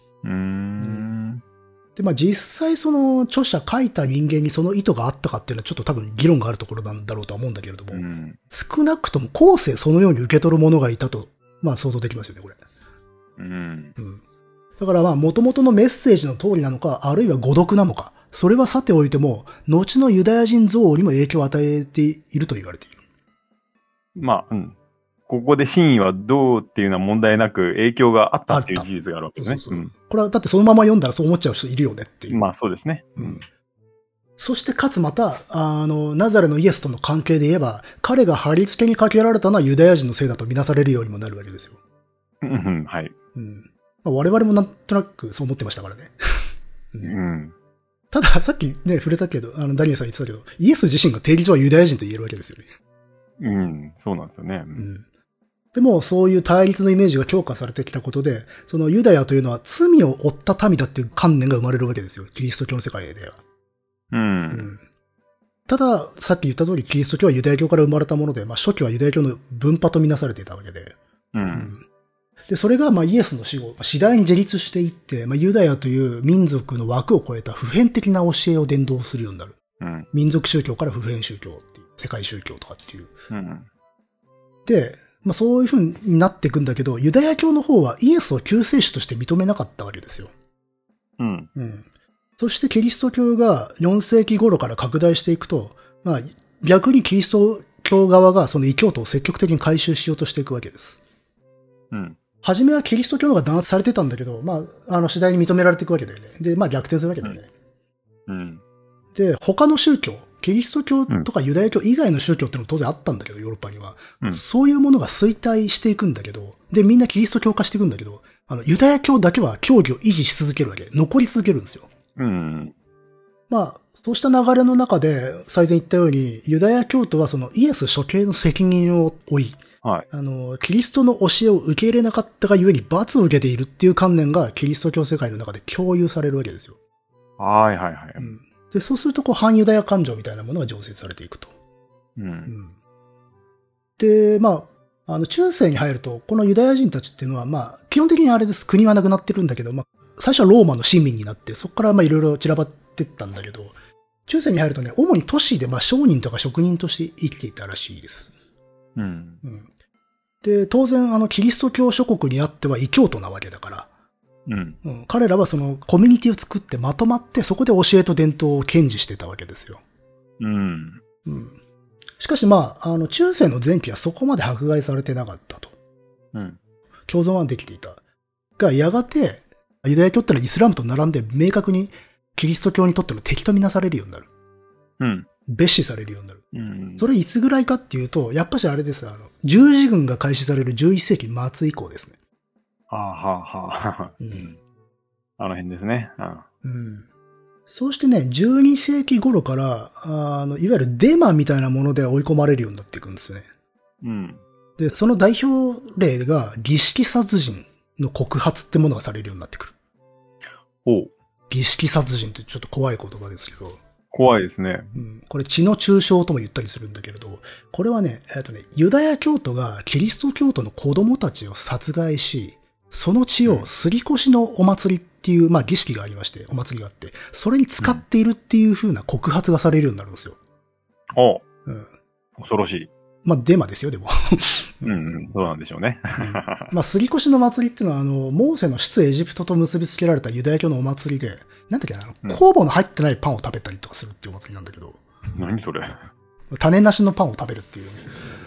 で、まあ実際その著者書いた人間にその意図があったかっていうのはちょっと多分議論があるところなんだろうとは思うんだけれども、少なくとも後世そのように受け取る者がいたと、まあ想像できますよね、これ。だからまあ元々のメッセージの通りなのか、あるいは誤読なのか、 それはさておいても、後のユダヤ人憎悪にも影響を与えていると言われている。 まあ、ここで真意はどうっていうのは問題なく影響があったっていう事実があるわけですね。 これはだってそのまま読んだらそう思っちゃう人いるよねっていう。 まあそうですね。 そしてかつまた、ナザレのイエスとの関係で言えば、彼が貼り付けにかけられたのはユダヤ人のせいだとみなされるようにもなるわけですよ。 はい。 我々もなんとなくそう思ってましたからね。ただ、さっきね、触れたけど、ダニエルさん言ってたけど、イエス自身が定義上はユダヤ人と言えるわけですよね。 そうなんですよね。 でも、そういう対立のイメージが強化されてきたことで、そのユダヤというのは罪を負った民だっていう観念が生まれるわけですよ。キリスト教の世界では。ただ、さっき言った通り、キリスト教はユダヤ教から生まれたもので、初期はユダヤ教の分派とみなされていたわけで。で、それが、イエスの死後、次第に自立していって、ユダヤという民族の枠を超えた普遍的な教えを伝道するようになる。民族宗教から普遍宗教っていう、世界宗教とかっていう。で、そういう風になっていくんだけど、ユダヤ教の方はイエスを救世主として認めなかったわけですよ。そしてキリスト教が4世紀頃から拡大していくと、逆にキリスト教側がその異教徒を積極的に回収しようとしていくわけです。初めはキリスト教の方が弾圧されてたんだけど、次第に認められていくわけだよね。で、逆転するわけだよね。で、他の宗教、キリスト教とかユダヤ教以外の宗教ってのも当然あったんだけど、ヨーロッパには。そういうものが衰退していくんだけど、で、みんなキリスト教化していくんだけど、ユダヤ教だけは教義を維持し続けるわけ。残り続けるんですよ。そうした流れの中で、最前言ったように、ユダヤ教徒はそのイエス処刑の責任を負い、キリストの教えを受け入れなかったがゆえに罰を受けているっていう観念がキリスト教世界の中で共有されるわけですよ。で、そうすると反ユダヤ感情みたいなものが醸成されていくと。で、中世に入ると、このユダヤ人たちっていうのは、基本的にあれです。国はなくなってるんだけど、最初はローマの市民になって、そこからいろいろ散らばってったんだけど、中世に入るとね、主に都市で商人とか職人として生きていたらしいです。で、当然キリスト教諸国にあっては異教徒なわけだから、彼らはそのコミュニティを作ってまとまってそこで教えと伝統を堅持してたわけですよ。しかし中世の前期はそこまで迫害されてなかったと。共存はできていた。が、やがて、ユダヤ教ってのはイスラムと並んで明確にキリスト教にとっての敵とみなされるようになる。蔑視されるようになる。それいつぐらいかっていうと、やっぱしあれです。十字軍が開始される11世紀末以降ですね。 あの辺ですね。 そうしてね、12世紀頃から、いわゆるデマみたいなもので追い込まれるようになっていくんですね。で、その代表例が、儀式殺人の告発ってものがされるようになってくる。儀式殺人ってちょっと怖い言葉ですけど。 怖いですね。 これ血の中傷とも言ったりするんだけれど、これはね、ユダヤ教徒がキリスト教徒の子供たちを殺害し、その血をすり越しのお祭りっていう、儀式がありまして、お祭りがあって、それに使っているっていう風な告発がされるようになるんですよ。 恐ろしい。 デマですよ、でも。 そうなんでしょうね。 すり越しの祭りっていうのは、モーセの出エジプトと結びつけられたユダヤ教のお祭りで、なんだっけな、酵母の入ってないパンを食べたりとかするっていうお祭りなんだけど。 何それ？ 種なしのパンを食べるっていうね。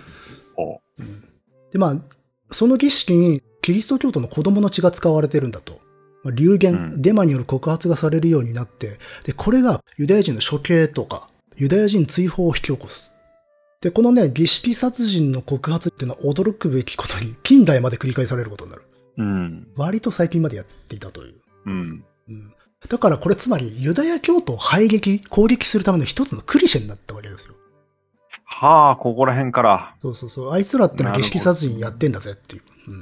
で、その儀式にキリスト教徒の子供の血が使われてるんだと。流言、デマによる告発がされるようになって、で、これがユダヤ人の処刑とか、ユダヤ人追放を引き起こす。で、このね、儀式殺人の告発っていうのは驚くべきことに、近代まで繰り返されることになる。割と最近までやっていたという。だからこれつまり、ユダヤ教徒を攻撃するための一つのクリシェになったわけですよ。 ここら辺から。 そう。あいつらってのは儀式殺人やってんだぜっていう。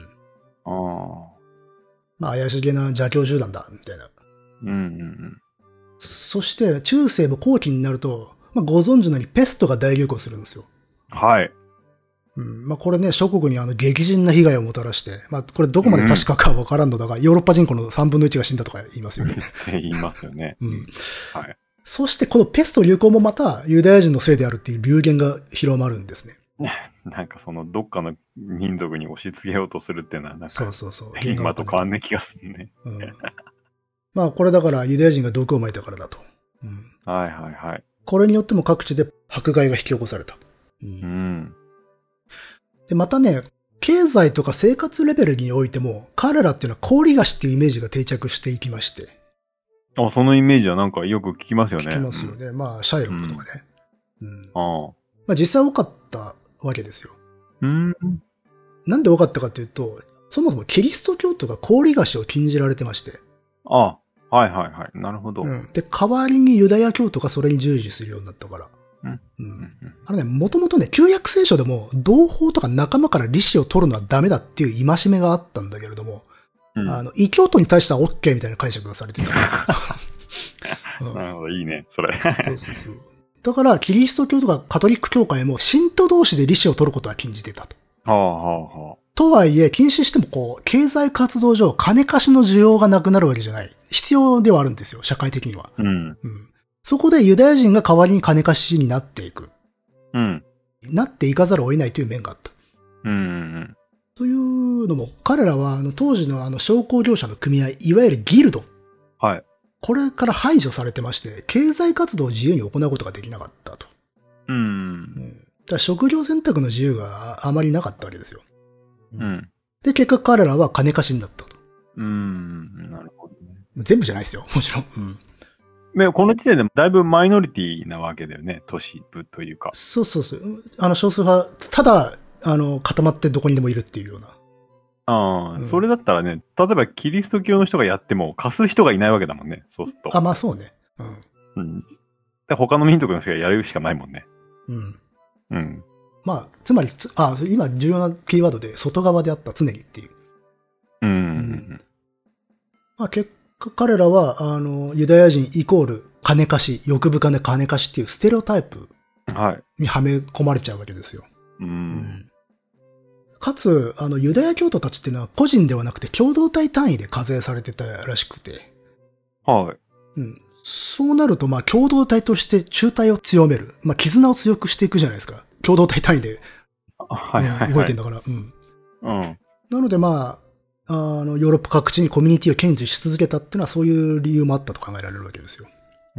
怪しげな邪教集団だ、みたいな。そして、中世も後期になると、ご存知のようにペストが大流行するんですよ。これね、諸国に激甚な被害をもたらして、これどこまで確かかわからんのだが、ヨーロッパ人口の3分の1が死んだとか言いますよね。 言いますよね。 そしてこのペスト流行もまたユダヤ人のせいであるっていう流言が広まるんですね。 なんかどっかの民族に押し付けようとするっていうのはなんか、 そう。 今と変わんない気がするね。 これだからユダヤ人が毒を撒いたからだと。 はいはいはい。 これによっても各地で迫害が引き起こされた。で、またね、経済とか生活レベルにおいても、彼らっていうのは氷菓子っていうイメージが定着していきまして。 あ、そのイメージはなんかよく聞きますよね。 聞きますよね。まあ、シャイロックとかね。 まあ実際多かったわけですよ。なんで多かったかというと、そもそもキリスト教徒が氷菓子を禁じられてまして。 はいはいはい。なるほど。 で、代わりにユダヤ教徒がそれに従事するようになったから。もともとね、旧約聖書でも、同胞とか仲間から利子を取るのはダメだっていう戒めがあったんだけれども、異教徒に対しては OK みたいな解釈がされてたんですよ。 なるほど、いいね、それ。 そう。だから、キリスト教とかカトリック教会も、信徒同士で利子を取ることは禁じてたと。とはいえ、禁止しても経済活動上、金貸しの需要がなくなるわけじゃない。必要ではあるんですよ、社会的には。そこでユダヤ人が代わりに金貸しになっていく。なっていかざるを得ないという面があった。というのも、彼らは当時の商工業者の組合、いわゆるギルド。これから排除されてまして、経済活動を自由に行うことができなかったと。だから職業選択の自由があまりなかったわけですよ。で、結果彼らは金貸しになったと。 なるほどね。 全部じゃないですよ、もちろん。 この時点でだいぶマイノリティなわけだよね、都市部というか。 そう。少数派、ただ、固まってどこにでもいるっていうような。 それだったらね、例えばキリスト教の人がやっても貸す人がいないわけだもんね、そうすると。 まあそうね。 で、他の民族の人がやるしかないもんね。まあ、つまり、今重要なキーワードで、外側であった常にっていう。まあ結果彼らは、ユダヤ人イコール金貸し、欲深な金貸しっていうステレオタイプにはめ込まれちゃうわけですよ。かつ、ユダヤ教徒たちっていうのは個人ではなくて共同体単位で課税されてたらしくて。そうなると、まあ、共同体として中体を強める。まあ、絆を強くしていくじゃないですか。共同体単位で。動いてんだから。なので、まあ、ヨーロッパ各地にコミュニティを堅持し続けたっていうのはそういう理由もあったと考えられるわけですよ。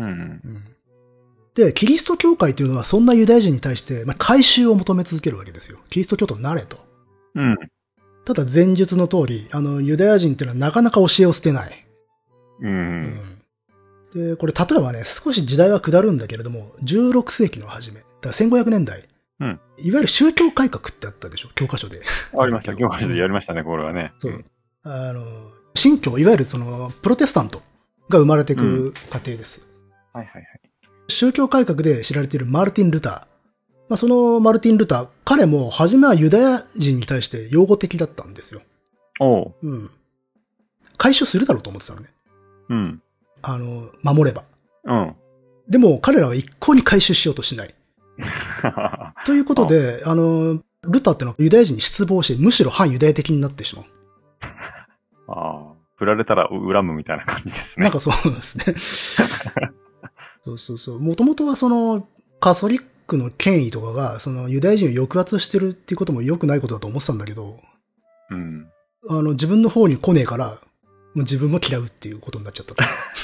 で、キリスト教会というのはそんなユダヤ人に対して、まあ、改宗を求め続けるわけですよ。キリスト教徒になれと。ただ前述の通り、ユダヤ人っていうのはなかなか教えを捨てない。で、これ例えばね、少し時代は下るんだけれども、16世紀の初め、だから1500年代、いわゆる宗教改革ってあったでしょ、教科書で。 ありました、教科書でやりましたね、これはね。 新教、いわゆるプロテスタントが生まれていく過程です。宗教改革で知られているマルティン・ルター。まあ、そのマルティン・ルター、彼も初めはユダヤ人に対して擁護的だったんですよ。改宗するだろうと思ってたのね。守れば。でも彼らは一向に改宗しようとしない。ということで、ルターってのはユダヤ人に失望して、むしろ反ユダヤ的になってしまう。 振られたら恨むみたいな感じですね。 なんかそうですね。そう。もともとはカソリックの権威とかが、ユダヤ人を抑圧してるっていうことも良くないことだと思ってたんだけど、自分の方に来ねえから、もう自分も嫌うっていうことになっちゃった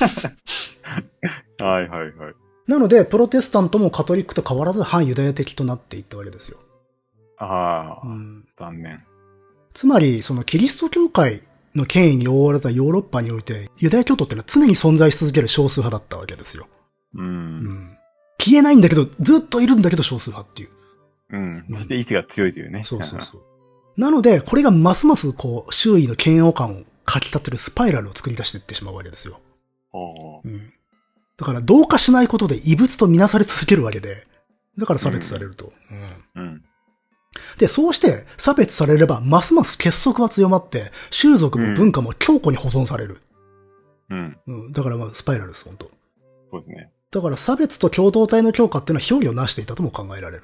と。なので、プロテスタントもカトリックと変わらず反ユダヤ的となっていったわけですよ。 残念。 つまり、キリスト教会の権威に覆われたヨーロッパにおいて、ユダヤ教徒ってのは常に存在し続ける少数派だったわけですよ。消えないんだけど、ずっといるんだけど少数派っていう。 そして意志が強いというね。 そう。なので、これがますます周囲の嫌悪感をかき立てるスパイラルを作り出していってしまうわけですよ。だから、同化しないことで異物とみなされ続けるわけで、だから差別されると。で、そうして差別されれば、ますます結束は強まって、習俗も文化も強固に保存される。だからまあ、スパイラルです、本当。 そうですね。 だから差別と共同体の強化っていうのは表裏をなしていたとも考えられる。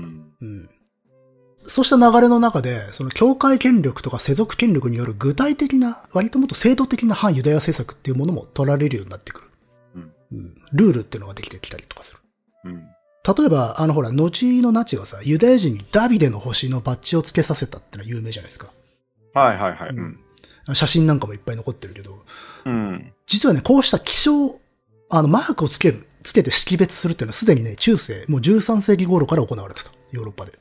そうした流れの中で、教会権力とか世俗権力による具体的な、割ともっと制度的な反ユダヤ政策っていうものも取られるようになってくる。ルールっていうのができてきたりとかする。例えば、後のナチがさ、ユダヤ人にダビデの星のバッジをつけさせたってのは有名じゃないですか。写真なんかもいっぱい残ってるけど、実はね、こうした希少、マークをつけるつけて識別するっていうのはすでにね、中世、もう13世紀頃から行われてた。ヨーロッパで。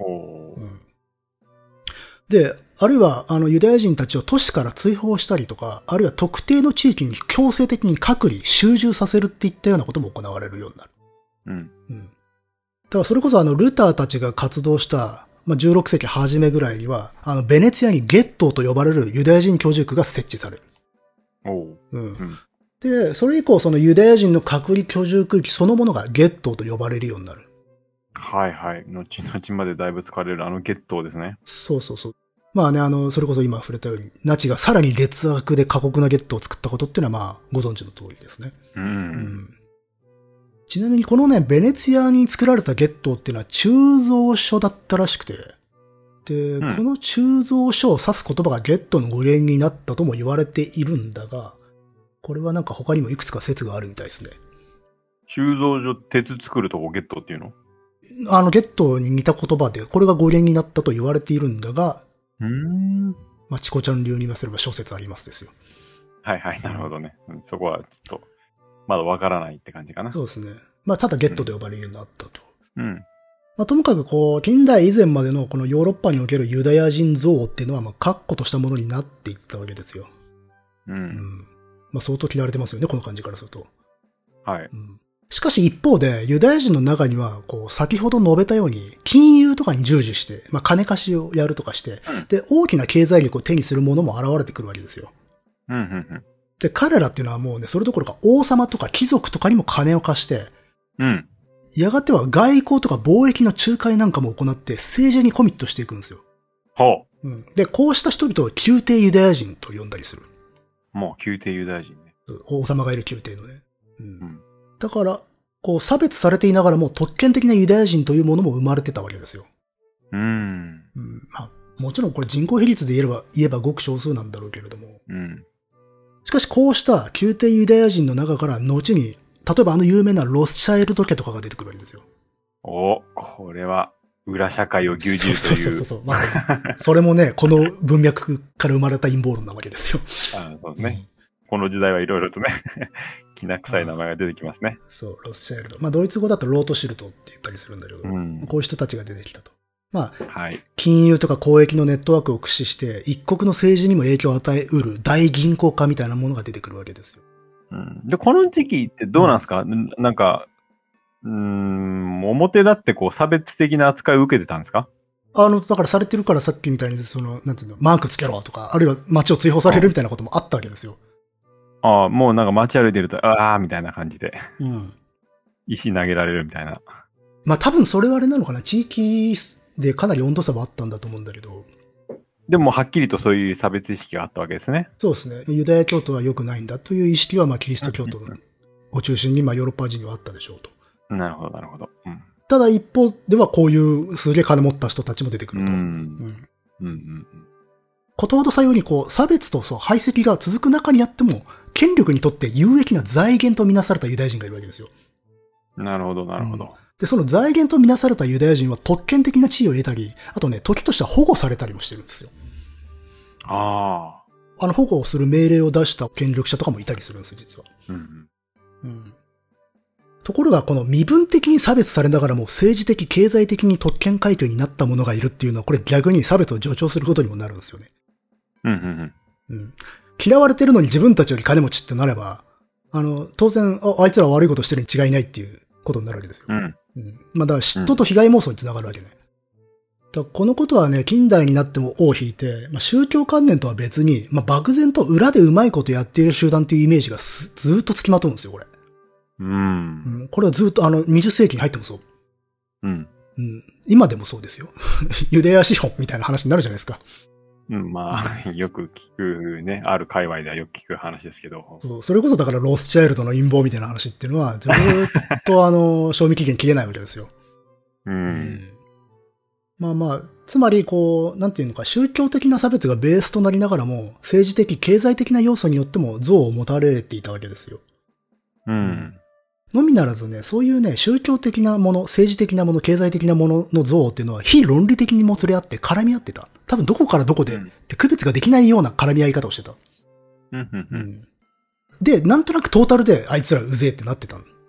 で、あるいは、ユダヤ人たちを都市から追放したりとか、あるいは特定の地域に強制的に隔離、集中させるっていったようなことも行われるようになる。だからそれこそルターたちが活動した、16世紀初めぐらいには、ベネツィアにゲットーと呼ばれるユダヤ人居住区が設置される。で、それ以降そのユダヤ人の隔離居住区域そのものがゲットーと呼ばれるようになる。 はいはい。後々までだいぶ使われるゲットーですね。 そうそうそう。それこそ今触れたように、ナチがさらに劣悪で過酷なゲットを作ったことっていうのはご存知の通りですね。ちなみにこのね、ベネツィアに作られたゲットーっていうのは鋳造所だったらしくて、で、この鋳造所を指す言葉がゲットーの語源になったとも言われているんだが、これはなんか他にもいくつか説があるみたいですね。 鋳造所、鉄作るとこゲットーっていうの？ ゲットーに似た言葉で、これが語源になったと言われているんだが、チコちゃん流に言わせれば諸説ありますですよ。 はいはい、なるほどね。そこはちょっと、まだわからないって感じかな。 そうですね。ただゲットと呼ばれるようになったと。ともかく近代以前までのこのヨーロッパにおけるユダヤ人憎悪っていうのは確固としたものになっていったわけですよ。相当嫌われてますよね、この感じからすると。 はい。 しかし一方で、ユダヤ人の中には、先ほど述べたように、金融とかに従事して、金貸しをやるとかして、で、大きな経済力を手にするものも現れてくるわけですよ。で、彼らっていうのはもうね、それどころか王様とか貴族とかにも金を貸して、やがては外交とか貿易の仲介なんかも行って、政治にコミットしていくんですよ。で、こうした人々を宮廷ユダヤ人と呼んだりする。 もう宮廷ユダヤ人ね。 王様がいる宮廷のね。だから、差別されていながらも特権的なユダヤ人というものも生まれてたわけですよ。もちろんこれ人口比率で言えばごく少数なんだろうけれども。しかしこうした宮廷ユダヤ人の中から後に、例えば有名なロスチャイルド家とかが出てくるわけですよ。 これは裏社会を牛耳るという。 そう。それもね、この文脈から生まれた陰謀論なわけですよ。 そうですね。この時代はいろいろとね、きな臭い名前が出てきますね。 そう、ロスチャイルド。ドイツ語だとロートシルトって言ったりするんだけど、こういう人たちが出てきたと。金融とか交易のネットワークを駆使して、一国の政治にも影響を与えうる大銀行家みたいなものが出てくるわけですよ。 で、この時期ってどうなんですか？なんか、表だって差別的な扱いを受けてたんですか？ だからされてるからさっきみたいに、なんていうの、マークつけろとか、あるいは街を追放されるみたいなこともあったわけですよ。 もうなんか街歩いてると、みたいな感じで。石投げられるみたいな。 多分それはあれなのかな。地域でかなり温度差はあったんだと思うんだけど。 でもはっきりとそういう差別意識があったわけですね。 そうですね。ユダヤ教徒は良くないんだという意識はキリスト教徒を中心にヨーロッパ人にはあったでしょうと。 なるほど、なるほど。 ただ一方ではこういうすげえ金持った人たちも出てくると。ことほどさように差別と排斥が続く中にあっても、権力にとって有益な財源とみなされたユダヤ人がいるわけですよ。 なるほど、なるほど。 で、その財源とみなされたユダヤ人は特権的な地位を得たり、あとね、時としては保護されたりもしてるんですよ。保護をする命令を出した権力者とかもいたりするんです、実は。ところが、この身分的に差別されながらも政治的、経済的に特権階級になった者がいるっていうのは、これ逆に差別を助長することにもなるんですよね。嫌われてるのに自分たちより金持ちってなれば、当然、あいつら悪いことしてるに違いないっていうことになるわけですよ。だから嫉妬と被害妄想につながるわけね。このことはね、近代になっても尾を引いて、宗教観念とは別に、漠然と裏でうまいことやっている集団っていうイメージがずーっとつきまとうんですよ、これ。これはずっと20世紀に入ってもそう。今でもそうですよ。ユダヤ資本みたいな話になるじゃないですか。 よく聞くね、ある界隈ではよく聞く話ですけど。 それこそだからロスチャイルドの陰謀みたいな話っていうのは、ずっと賞味期限切れないわけですよ。つまりなんていうのか、宗教的な差別がベースとなりながらも、政治的、経済的な要素によっても憎悪を持たれていたわけですよ。のみならずね、そういうね、宗教的なもの、政治的なもの、経済的なものの憎悪っていうのは非論理的にもつれ合って絡み合ってた。多分どこからどこで、って区別ができないような絡み合い方をしてた。で、なんとなくトータルであいつらうぜえってなってた。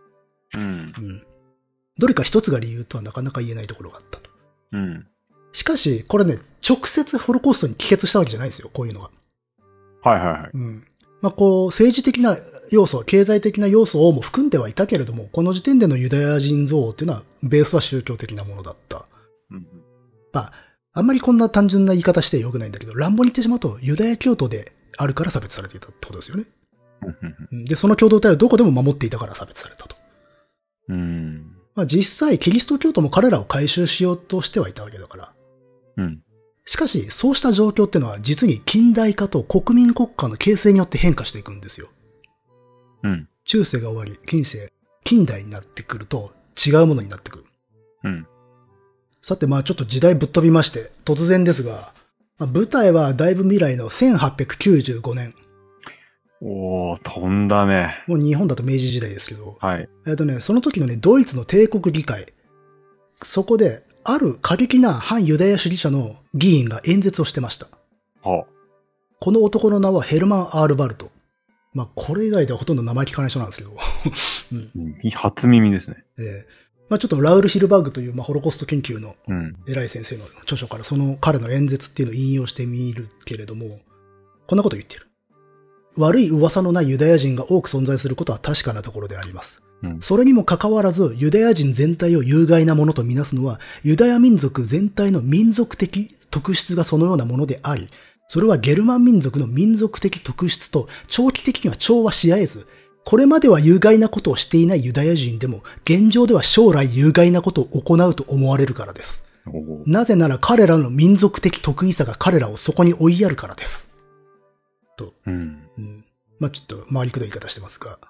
うん。 うん。どれか一つが理由とはなかなか言えないところがあったと。 うん。 しかし、これね、直接ホロコーストに帰結したわけじゃないですよ、こういうのが。 はいはいはい。 うん。まあ、こう、政治的な要素、経済的な要素をも含んではいたけれども、この時点でのユダヤ人憎悪っていうのは、ベースは宗教的なものだった。 うん。 まあ、あんまりこんな単純な言い方して良くないんだけど、乱暴に言ってしまうと、ユダヤ教徒であるから差別されていたってことですよね。で、その共同体をどこでも守っていたから差別されたと。まあ、実際、キリスト教徒も彼らを回収しようとしてはいたわけだから。 うん。 しかし、そうした状況ってのは実に近代化と国民国家の形成によって変化していくんですよ。 うん。 中世が終わり、近代になってくると違うものになってくる。 うん。 さて、まあちょっと時代ぶっ飛びまして、突然ですが、まあ、舞台はだいぶ未来の1895年。 おー、飛んだね。 もう日本だと明治時代ですけど。 はい。 その時のね、ドイツの帝国議会。そこで、ある過激な反ユダヤ主義者の議員が演説をしてました。 はあ、 この男の名はヘルマン・アールバルト。まあ、これ以外ではほとんど名前聞かない人なんですけど。 うん、初耳ですね。 まあ、ちょっとラウル・ヒルバーグという、まあ、ホロコースト研究の偉い先生の著書からその彼の演説っていうのを引用してみるけれども、こんなこと言ってる。悪い噂のないユダヤ人が多く存在することは確かなところであります。それにもかかわらず、ユダヤ人全体を有害なものとみなすのは、ユダヤ民族全体の民族的特質がそのようなものであり、それはゲルマン民族の民族的特質と長期的には調和し合えず、これまでは有害なことをしていないユダヤ人でも、現状では将来有害なことを行うと思われるからです。なぜなら彼らの民族的特異さが彼らをそこに追いやるからです。と。まあちょっと回りくどい言い方してますが。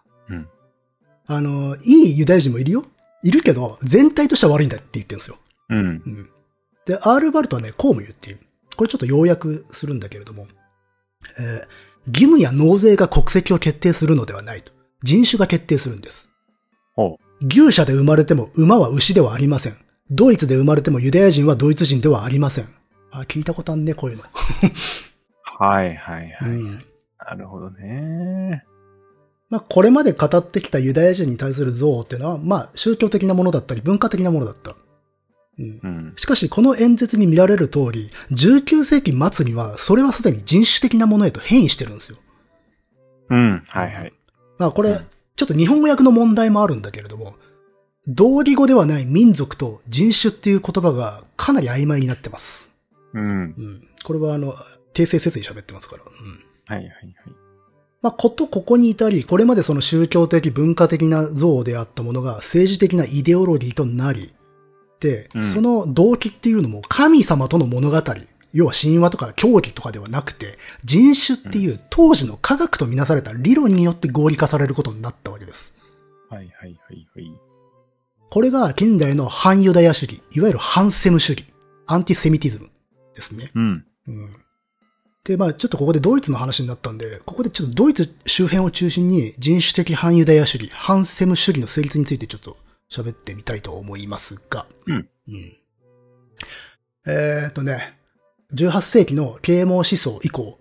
いいユダヤ人もいるよ。いるけど、全体としては悪いんだって言ってるんですよ。で、アールバルトはね、こうも言っている。これちょっと要約するんだけれども、義務や納税が国籍を決定するのではないと。人種が決定するんです。牛舎で生まれても馬は牛ではありません。ドイツで生まれてもユダヤ人はドイツ人ではありません。聞いたことあんね、こういうの。 はいはいはい。なるほどね。 まあ、これまで語ってきたユダヤ人に対する憎悪っていうのは、まあ、宗教的なものだったり、文化的なものだった。しかし、この演説に見られる通り、19世紀末には、それはすでに人種的なものへと変異してるんですよ。 はいはい。 まあ、これ、ちょっと日本語訳の問題もあるんだけれども、同義語ではない民族と人種っていう言葉がかなり曖昧になってます。これは訂正せずに喋ってますから。 はいはいはい。 まあ、ここに至り、これまでその宗教的、文化的な憎悪であったものが政治的なイデオロギーとなり、で、その動機っていうのも神様との物語、要は神話とか教義とかではなくて、人種っていう当時の科学とみなされた理論によって合理化されることになったわけです。 はいはいはいはい。 これが近代の反ユダヤ主義、いわゆる反セム主義、アンティセミティズムですね。で、まあちょっとここでドイツの話になったんで、ここでちょっとドイツ周辺を中心に人種的反ユダヤ主義、反セム主義の成立についてちょっと喋ってみたいと思いますが。18世紀の啓蒙思想以降、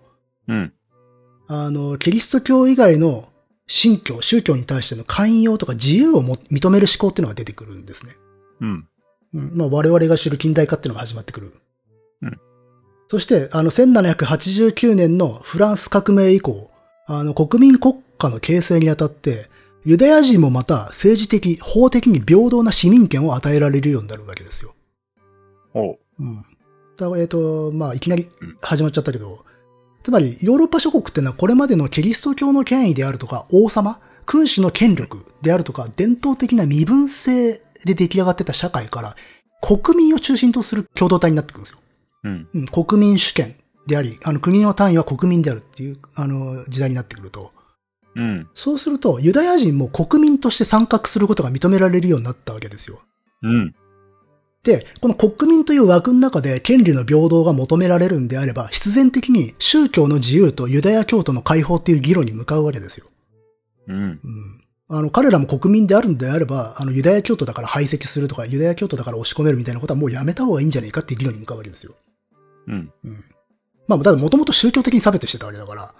キリスト教以外の宗教に対しての寛容とか自由を認める思考っていうのが出てくるんですね。まあ我々が知る近代化っていうのが始まってくる。そして、1789年のフランス革命以降、国民国家の形成にあたって、ユダヤ人もまた政治的、法的に平等な市民権を与えられるようになるわけですよ。まあ、いきなり始まっちゃったけど、つまり、ヨーロッパ諸国ってのはこれまでのキリスト教の権威であるとか、王様、君主の権力であるとか、伝統的な身分制で出来上がってた社会から、国民を中心とする共同体になってくるんですよ。国民主権であり、国の単位は国民であるっていう、時代になってくると。そうすると、ユダヤ人も国民として参画することが認められるようになったわけですよ。で、この国民という枠の中で権利の平等が求められるんであれば、必然的に宗教の自由とユダヤ教徒の解放っていう議論に向かうわけですよ。彼らも国民であるんであれば、ユダヤ教徒だから排斥するとか、ユダヤ教徒だから押し込めるみたいなことはもうやめた方がいいんじゃないかっていう議論に向かうわけですよ。まあ、だからもともと宗教的に差別してたわけだから、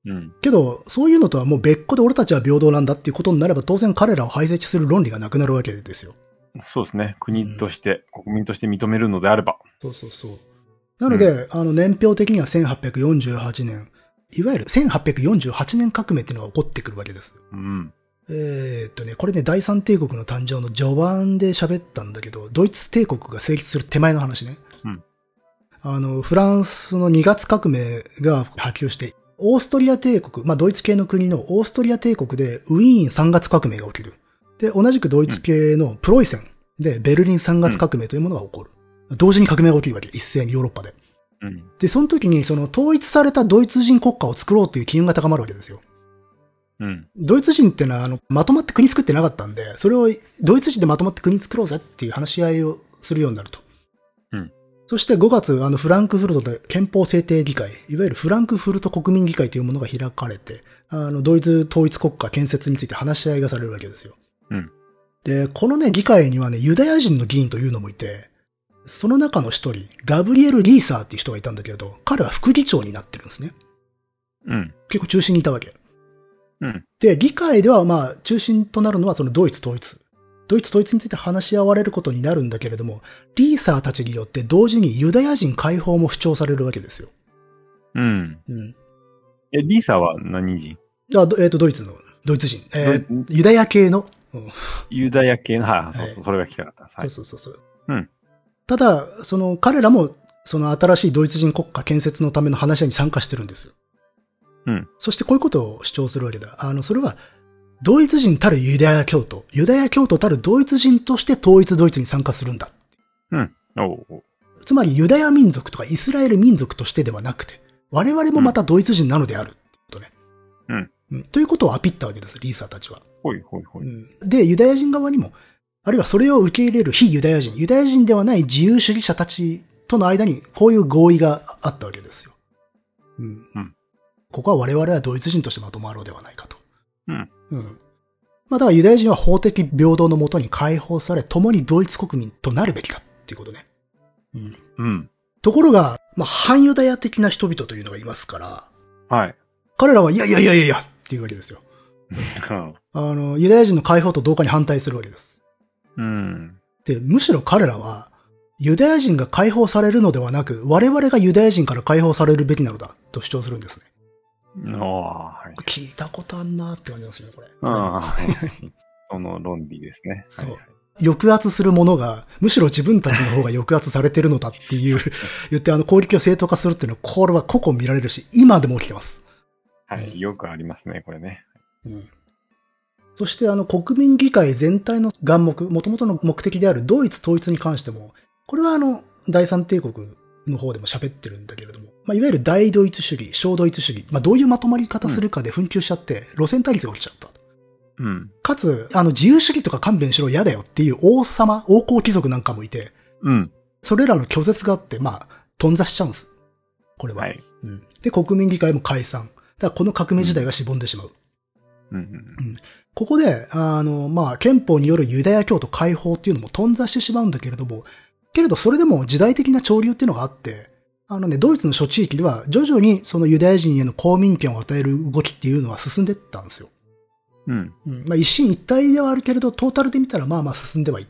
うん。 けど、そういうのとはもう別個で俺たちは平等なんだっていうことになれば、当然彼らを排斥する論理がなくなるわけですよ。 そうですね。国として、国民として認めるのであれば。 そうそうそう。なので、年表的には1848年、いわゆる1848年革命っていうのが起こってくるわけです。 うん。 これね、第三帝国の誕生の序盤で喋ったんだけど、ドイツ帝国が成立する手前の話ね。 うん。 フランスの2月革命が波及して、オーストリア帝国、まあドイツ系の国のオーストリア帝国でウィーン3月革命が起きる。で、同じくドイツ系のプロイセンでベルリン3月革命というものが起こる。同時に革命が起きるわけ。一斉にヨーロッパで。 うん。 で、その時にその統一されたドイツ人国家を作ろうという機運が高まるわけですよ。 うん。 ドイツ人ってのはまとまって国作ってなかったんで、それをドイツ人でまとまって国作ろうぜっていう話し合いをするようになると。 うん。 そして5月、フランクフルトで憲法制定議会、いわゆるフランクフルト国民議会というものが開かれて、ドイツ統一国家建設について話し合いがされるわけですよ。 うん。 で、このね、議会にはね、ユダヤ人の議員というのもいて、その中の一人、ガブリエル・リーサーっていう人がいたんだけれど、彼は副議長になってるんですね。 うん。 結構中心にいたわけ。 うん。 で、議会ではまあ、中心となるのはそのドイツ統一。ドイツ統一について話し合われることになるんだけれども、リーサーたちによって同時にユダヤ人解放も主張されるわけですよ。 うん。 うん。 リーサは何人？ ドイツ人。ユダヤ系の。うん、 ユダヤ系の、はい、そうそう、それが聞きたかった。はい、 そうそう。 うん。 ただ、彼らも、新しいドイツ人国家建設のための話し合いに参加してるんですよ。 うん。 そしてこういうことを主張するわけだ。それは、ドイツ人たるユダヤ教徒たるドイツ人として統一ドイツに参加するんだ。 うん。おつまりユダヤ民族とかイスラエル民族としてではなくて、我々もまたドイツ人なのであるってことね。 うん。 ということをアピったわけです、リーサーたちは。 ほい。 で、ユダヤ人側にも、あるいはそれを受け入れる非ユダヤ人ではない自由主義者たちとの間にこういう合意があったわけですよ。うん。ここは我々はドイツ人としてまとまろうではないかと。まあだからユダヤ人は法的平等のもとに解放され、共にドイツ国民となるべきだっていうことね。ところが、まあ反ユダヤ的な人々というのがいますから、 はい。 彼らはいやっていうわけですよ。ユダヤ人の解放と同化に反対するわけです。で、むしろ彼らは、ユダヤ人が解放されるのではなく、我々がユダヤ人から解放されるべきなのだと主張するんですね。 はい、 聞いたことあんなーって感じなんですよね、これ。 その論理ですね。 そう。抑圧する者が、むしろ自分たちの方が抑圧されてるのだっていう、言って攻撃を正当化するっていうのは、これは個々見られるし、今でも起きてます。 はい、よくありますね、これね。 そして国民議会全体の眼目、元々の目的であるドイツ統一に関しても、これは第三帝国の方でも喋ってるんだけれども、まあ、いわゆる大ドイツ主義、小ドイツ主義、まあ、どういうまとまり方するかで紛糾しちゃって、路線対立が起きちゃった。かつ、自由主義とか勘弁しろ嫌だよっていう王公貴族なんかもいて、それらの拒絶があって、まあ、頓挫しちゃうんです。これは。で、国民議会も解散。だからこの革命自体がしぼんでしまう。ここで、まあ、憲法によるユダヤ教徒解放っていうのも頓挫してしまうんだけれども、けれどそれでも時代的な潮流っていうのがあって、ドイツの諸地域では徐々にそのユダヤ人への公民権を与える動きっていうのは進んでいったんですよ。まあ一進一退ではあるけれど、トータルで見たらまあまあ進んではいった。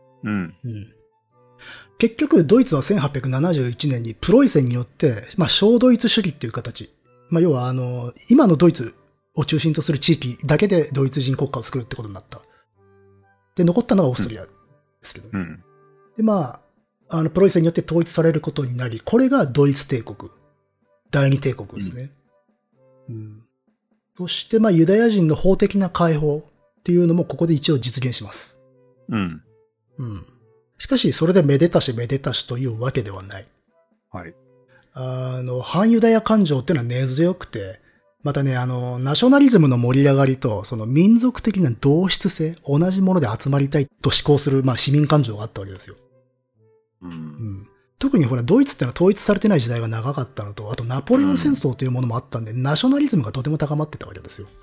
結局、ドイツは1871年にプロイセンによって、まあ小ドイツ主義っていう形。まあ要は今のドイツを中心とする地域だけでドイツ人国家を作るってことになった。で、残ったのがオーストリアですけどね。で、まあ、プロイセンによって統一されることになり、これがドイツ帝国。第二帝国ですね。そして、まあ、ユダヤ人の法的な解放っていうのもここで一応実現します。しかし、それでめでたしというわけではない。反ユダヤ感情っていうのは根強くて、またね、ナショナリズムの盛り上がりと、その民族的な同質性、同じもので集まりたいと思考する、まあ、市民感情があったわけですよ。特にほら、ドイツってのは統一されてない時代が長かったのと、あとナポレオン戦争というものもあったんで、ナショナリズムがとても高まってたわけですよ。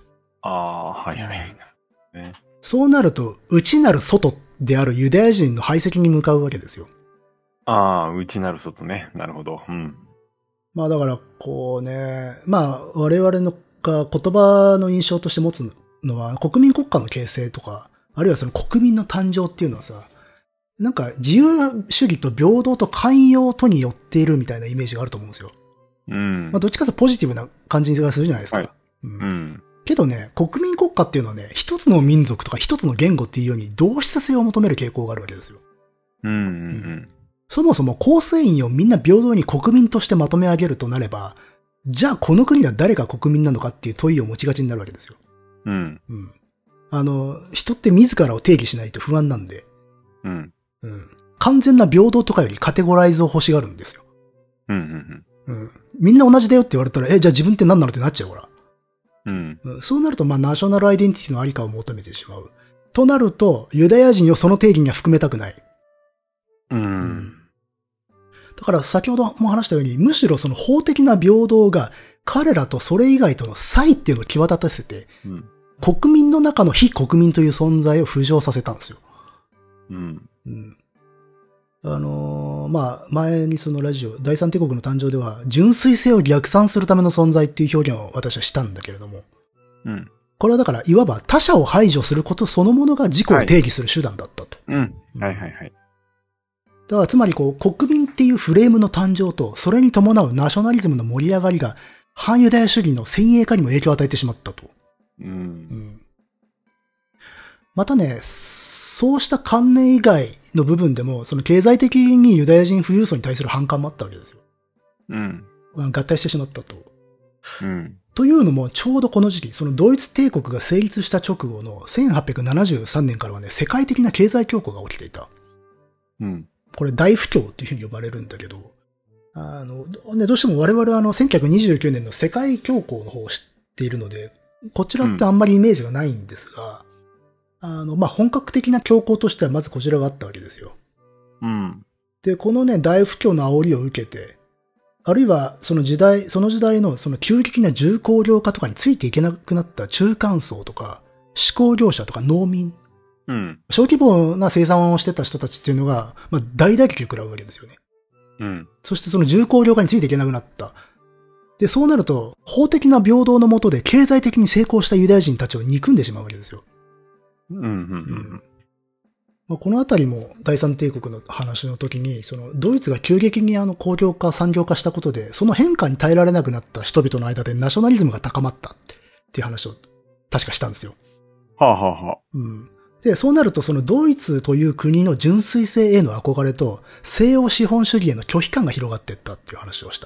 そうなると、内なる外であるユダヤ人の排斥に向かうわけですよ。 内なる外ね。なるほど。 まあだから、こうね、まあ我々のが言葉の印象として持つのは、国民国家の形成とか、あるいはその国民の誕生っていうのはさ、なんか自由主義と平等と寛容とによっているみたいなイメージがあると思うんですよ。 うん。 まあどっちかというとポジティブな感じがするじゃないですか。 はいうん。けどね、国民国家っていうのはね、一つの民族とか一つの言語っていうように同質性を求める傾向があるわけですよ。そもそも構成員をみんな平等に国民としてまとめ上げるとなれば、じゃあこの国は誰が国民なのかっていう問いを持ちがちになるわけですよ。人って自らを定義しないと不安なんで、完全な平等とかよりカテゴライズを欲しがるんですよ。みんな同じだよって言われたら、じゃあ自分って何なのってなっちゃうから。そうなると、まあ、ナショナルアイデンティティのありかを求めてしまう。となると、ユダヤ人をその定義には含めたくない。だから先ほども話したように、むしろその法的な平等が彼らとそれ以外との差異っていうのを際立たせて、国民の中の非国民という存在を浮上させたんですよ。まあ、前にそのラジオ、第三帝国の誕生では、純粋性を逆算するための存在っていう表現を私はしたんだけれども、これはだから、いわば他者を排除することそのものが自己を定義する手段だったと。だからつまりこう、国民っていうフレームの誕生と、それに伴うナショナリズムの盛り上がりが、反ユダヤ主義の先鋭化にも影響を与えてしまったと。またね、そうした観念以外の部分でも、その経済的にユダヤ人富裕層に対する反感もあったわけですよ。合体してしまったと。というのも、ちょうどこの時期、そのドイツ帝国が成立した直後の1873年からはね、世界的な経済恐慌が起きていた。これ大不況っていうふうに呼ばれるんだけど、どうしても我々は1929年の世界恐慌の方を知っているので、こちらってあんまりイメージがないんですが、まあ、本格的な恐慌としてはまずこちらがあったわけですよ。で、このね、大不況の煽りを受けて、あるいはその時代のその急激な重工業化とかについていけなくなった中間層とか、手工業者とか農民、小規模な生産をしてた人たちっていうのが、まあ、大打撃を食らうわけですよね。そしてその重工業化についていけなくなった。で、そうなると、法的な平等の下で経済的に成功したユダヤ人たちを憎んでしまうわけですよ。このあたりも第三帝国の話の時に、そのドイツが急激に工業化、産業化したことで、その変化に耐えられなくなった人々の間でナショナリズムが高まったっていう話を確かしたんですよ。で、そうなるとそのドイツという国の純粋性への憧れと西欧資本主義への拒否感が広がっていったっていう話をした。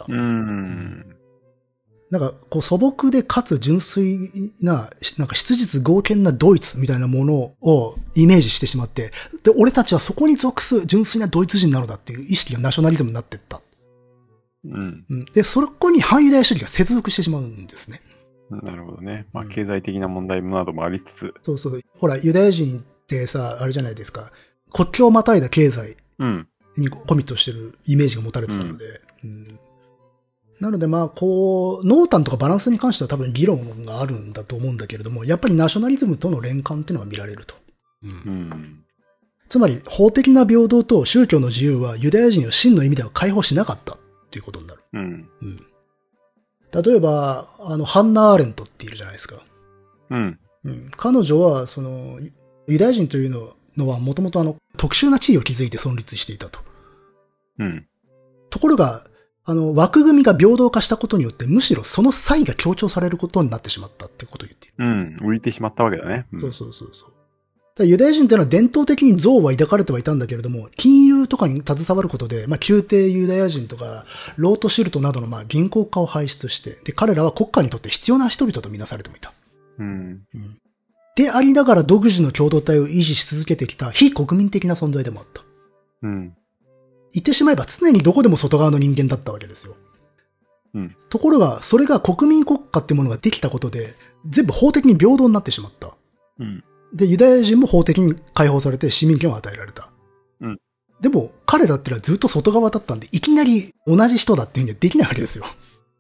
なんか、こう素朴でかつ純粋な、なんか質実剛健なドイツみたいなものをイメージしてしまって、で、俺たちはそこに属す純粋なドイツ人なのだっていう意識がナショナリズムになっていった。で、そこに反ユダヤ主義が接続してしまうんですね。 なるほどね。まあ、経済的な問題などもありつつ。 そうそう。ほら、ユダヤ人ってさ、あれじゃないですか。国境をまたいだ経済にコミットしてるイメージが持たれてたので。なのでまあ、こう、濃淡とかバランスに関しては多分議論があるんだと思うんだけれども、やっぱりナショナリズムとの連関っていうのが見られると。つまり、法的な平等と宗教の自由はユダヤ人を真の意味では解放しなかったっていうことになる。例えば、ハンナ・アーレントっているじゃないですか。彼女は、その、ユダヤ人というのはもともと特殊な地位を築いて存立していたと。ところが、枠組みが平等化したことによって、むしろその差異が強調されることになってしまったってことを言っている。 浮いてしまったわけだね。 そう。ユダヤ人っていうのは伝統的に憎悪は抱かれてはいたんだけれども、金融とかに携わることで、まあ、宮廷ユダヤ人とか、ロートシルトなどのまあ銀行家を輩出して、で、彼らは国家にとって必要な人々とみなされてもいた。でありながら独自の共同体を維持し続けてきた非国民的な存在でもあった。言ってしまえば常にどこでも外側の人間だったわけですよ。ところが、それが国民国家っていうものができたことで、全部法的に平等になってしまった。で、ユダヤ人も法的に解放されて市民権を与えられた。でも、彼らってのはずっと外側だったんで、いきなり同じ人だっていうんにはできないわけですよ。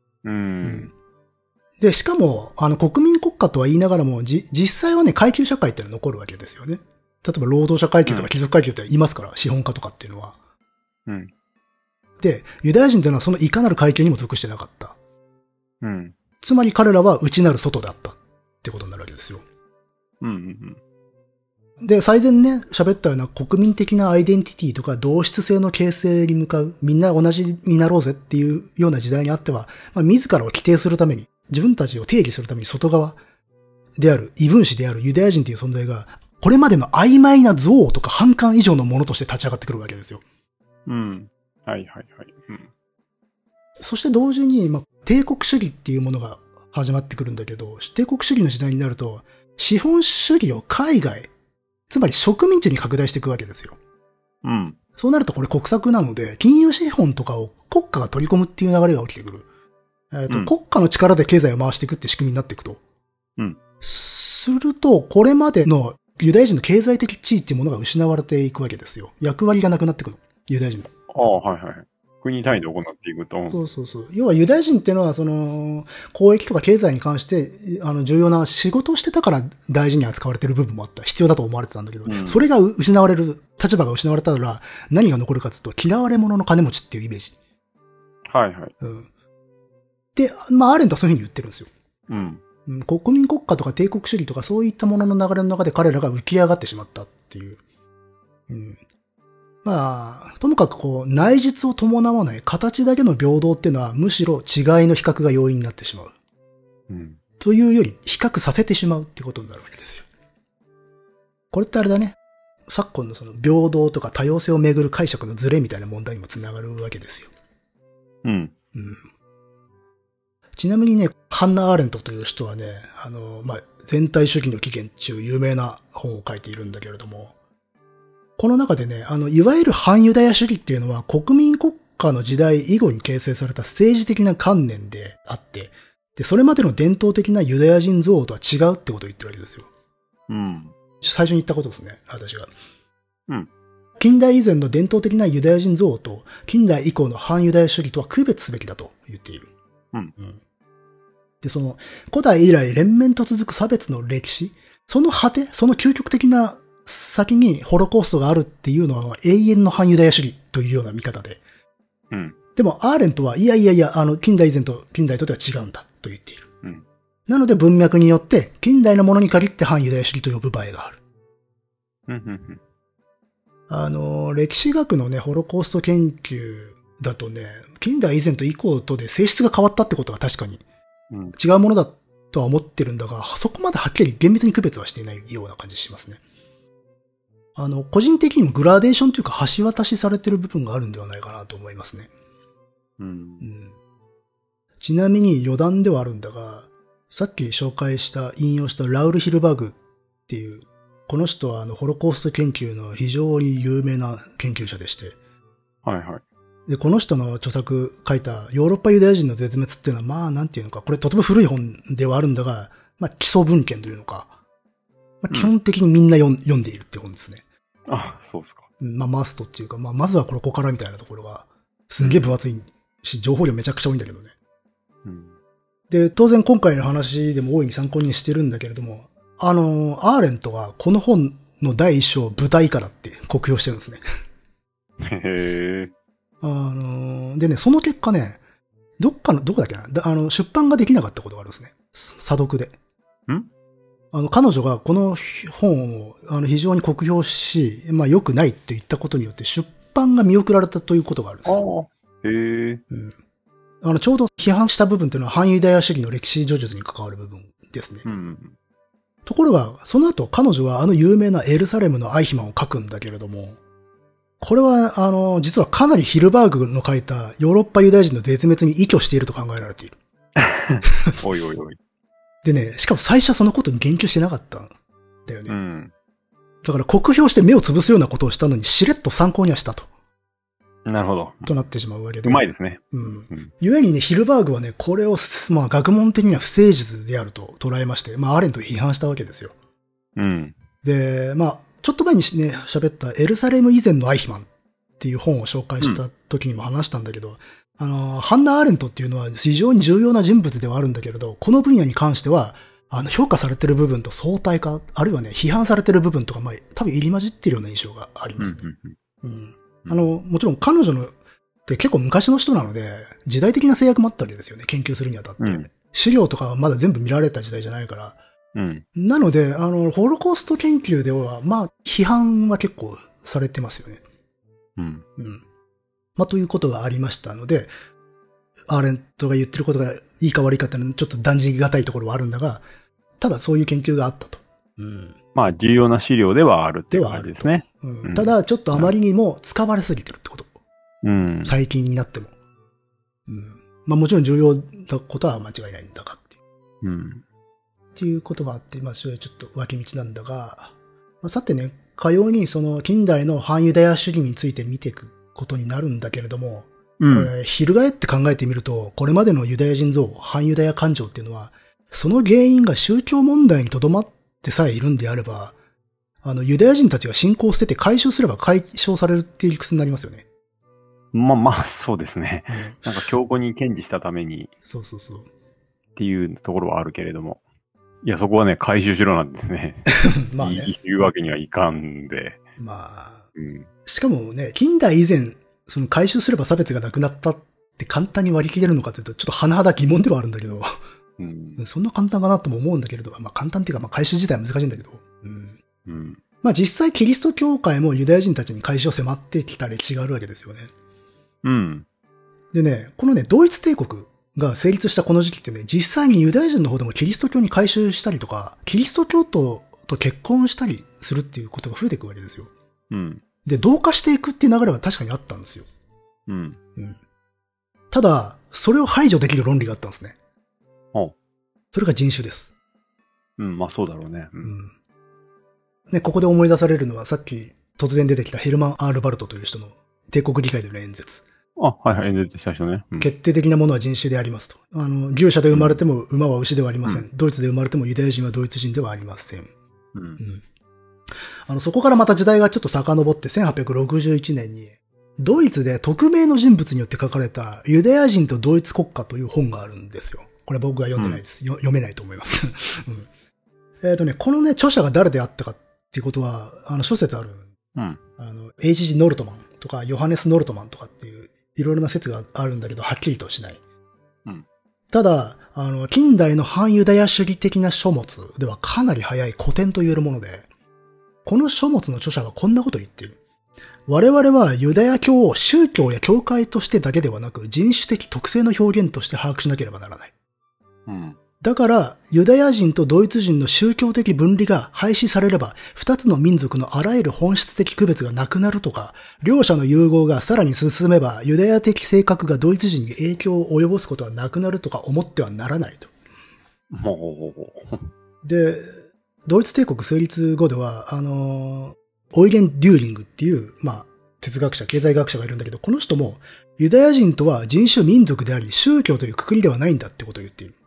で、しかも、国民国家とは言いながらも、実際はね、階級社会ってのは残るわけですよね。例えば、労働者階級とか貴族階級って言いますから、資本家とかっていうのは。 で、ユダヤ人というのはそのいかなる階級にも属してなかった。 うん。 つまり彼らは内なる外だったってことになるわけですよ。 うんうんで、最前ね、喋ったような国民的なアイデンティティとか同質性の形成に向かう、みんな同じになろうぜっていうような時代にあっては、自らを規定するために、自分たちを定義するために外側である、異分子であるユダヤ人という存在が、これまでの曖昧な憎悪とか反感以上のものとして立ち上がってくるわけですよ。 うん。はいはいはい。うん。 そして同時に、帝国主義っていうものが始まってくるんだけど、帝国主義の時代になると、資本主義を海外、つまり植民地に拡大していくわけですよ。 うん。 そうなるとこれ国策なので、金融資本とかを国家が取り込むっていう流れが起きてくる。国家の力で経済を回していくって仕組みになっていくと。 うん。 すると、これまでのユダヤ人の経済的地位っていうものが失われていくわけですよ。役割がなくなっていくの。ユダヤ人の。 ああ、はいはい。国単位で行っていくと。 そうそうそう。要はユダヤ人っていうのは、交易とか経済に関して、重要な仕事をしてたから大事に扱われてる部分もあった。必要だと思われてたんだけど、それが失われる、立場が失われたら、何が残るかというと、嫌われ者の金持ちっていうイメージ。 はいはい。 で、アーレントはそういうふうに言ってるんですよ。国民国家とか帝国主義とかそういったものの流れの中で彼らが浮き上がってしまったっていう。ともかく内実を伴わない形だけの平等っていうのはむしろ違いの比較が要因になってしまう。というより比較させてしまうってことになるわけですよ。これってあれだね。昨今のその平等とか多様性をめぐる解釈のズレみたいな問題にもつながるわけですよ。ちなみにね、ハンナ・アーレントという人はね、全体主義の起源中有名な本を書いているんだけれども、この中でね、いわゆる反ユダヤ主義っていうのは国民国家の時代以後に形成された政治的な観念であって、で、それまでの伝統的なユダヤ人憎悪とは違うってことを言ってるわけですよ。最初に言ったことですね、私が。近代以前の伝統的なユダヤ人憎悪と、近代以降の反ユダヤ主義とは区別すべきだと言っている。で、古代以来連綿と続く差別の歴史、その果て、その究極的な先にホロコーストがあるっていうのは永遠の反ユダヤ主義というような見方で。でも、アーレントは、いや、近代以前と近代とでは違うんだと言っている。なので文脈によって、近代のものに限って反ユダヤ主義と呼ぶ場合がある。歴史学のね、ホロコースト研究だとね、近代以前と以降とで性質が変わったってことは確かに違うものだとは思ってるんだが、そこまではっきり厳密に区別はしていないような感じしますね。個人的にもグラデーションというか橋渡しされてる部分があるんではないかなと思いますね。ちなみに余談ではあるんだが、さっき紹介した引用したラウル・ヒルバーグっていう、この人はホロコースト研究の非常に有名な研究者でして。で、この人の著作書いたヨーロッパユダヤ人の絶滅っていうのは、なんていうのか、これとても古い本ではあるんだが、基礎文献というのか、基本的にみんな読んでいるって本ですね。 そうですか。 マストっていうか、まずはここからみたいなところが、すんげえ分厚いし、情報量めちゃくちゃ多いんだけどね。で、当然今回の話でも大いに参考にしてるんだけれども、アーレントがこの本の第一章を舞台からって酷評してるんですね。でね、その結果ね、どこだっけな、出版ができなかったことがあるんですね。査読で。彼女がこの本を非常に酷評し、良くないって言ったことによって出版が見送られたということがあるんですよ。ちょうど批判した部分っていうのは反ユダヤ主義の歴史叙述に関わる部分ですね。ところが、その後彼女は有名なエルサレムのアイヒマンを書くんだけれども、これは実はかなりヒルバーグの書いたヨーロッパユダヤ人の絶滅に依拠していると考えられている。 おいおいおい。 でね、しかも最初はそのことに言及してなかったんだよね。だから酷評して目をつぶすようなことをしたのにしれっと参考にはしたと。 なるほど。 となってしまうわけで。 うまいですね。 ゆえにね、ヒルバーグはね、これを、学問的には不誠実であると捉えまして、アーレントを批判したわけですよ。で、ちょっと前にね、喋ったエルサレム以前のアイヒマンっていう本を紹介した時にも話したんだけど、ハンナ・アーレントっていうのは非常に重要な人物ではあるんだけれど、この分野に関しては、評価されてる部分と相対化、あるいはね、批判されてる部分とか、多分入り混じってるような印象がありますね。もちろん彼女ので、結構昔の人なので、時代的な制約もあったわけですよね、研究するにあたって。 うん。 資料とかはまだ全部見られた時代じゃないから。 うん。 なので、ホロコースト研究では、まあ、批判は結構されてますよね。 うん。 うん。まあ、ということがありましたので、アーレントが言ってることがいいか悪いかっていうのはちょっと断じがたいところはあるんだが、ただそういう研究があったと。うん。 まあ、重要な資料ではあるっていう感じですね。 うん。ただ、ちょっとあまりにも使われすぎてるってこと。 うん。 最近になっても。うん。まあもちろん重要なことは間違いないんだがっていう。 うん。 っていうことがあって、まあそれはちょっと脇道なんだが、まあ、さてね、かようにその近代の反ユダヤ主義について見ていくことになるんだけれども、 うん、 これ、翻って考えてみると、これまでのユダヤ人像、反ユダヤ感情っていうのは、その原因が宗教問題にとどまってさえいるんであれば、ユダヤ人たちが信仰を捨てて回収すれば解消されるっていう理屈になりますよね。 まあ、そうですね。 うん、 なんか強固に堅持したために。 そうそうそう。 っていうところはあるけれども。いや、そこはね、回収しろなんですね。 まあね。 言うわけにはいかんで。 まあ、 うん、しかもね、近代以前、その回収すれば差別がなくなったって簡単に割り切れるのかというと、ちょっと甚だ疑問ではあるんだけど、うん、そんな簡単かなとも思うんだけれど、まあ簡単っていうか、まあ回収自体は難しいんだけど、うんうん、まあ実際キリスト教会もユダヤ人たちに回収を迫ってきた歴史があるわけですよね。 うん。 でね、このね、ドイツ帝国が成立したこの時期ってね、実際にユダヤ人の方でもキリスト教に改宗したりとか、キリスト教徒と結婚したりするっていうことが増えていくわけですよ。 うん。 で、同化していくっていう流れは確かにあったんですよ。 うん。 うん。ただ、それを排除できる論理があったんですね。それが人種です。 うん、まあそうだろうね。 うん。ね、ここで思い出されるのはさっき突然出てきたヘルマン・アールバルトという人の帝国議会での演説。 はいはい、演説した人ね。 うん、決定的なものは人種でありますと。牛舎で生まれても馬は牛ではありません。ドイツで生まれてもユダヤ人はドイツ人ではありません。そこからまた時代がちょっと遡って1861年に、ドイツで匿名の人物によって書かれたユダヤ人とドイツ国家という本があるんですよ。これ僕は読んでないです。読めないと思います。このね、著者が誰であったかっていうことは、諸説ある。H.G. ノルトマンとか、ヨハネス・ノルトマンとかっていう、いろいろな説があるんだけど、はっきりとしない。ただ、近代の反ユダヤ主義的な書物ではかなり早い古典と言えるもので、この書物の著者はこんなことを言っている。我々はユダヤ教を宗教や教会としてだけではなく人種的特性の表現として把握しなければならない。だから、ユダヤ人とドイツ人の宗教的分離が廃止されれば、二つの民族のあらゆる本質的区別がなくなるとか、両者の融合がさらに進めば、ユダヤ的性格がドイツ人に影響を及ぼすことはなくなるとか思ってはならないと。で、ドイツ帝国成立後では、オイゲン・デューリングっていう、哲学者、経済学者がいるんだけど、この人も、ユダヤ人とは人種民族であり、宗教という括りではないんだってことを言っている。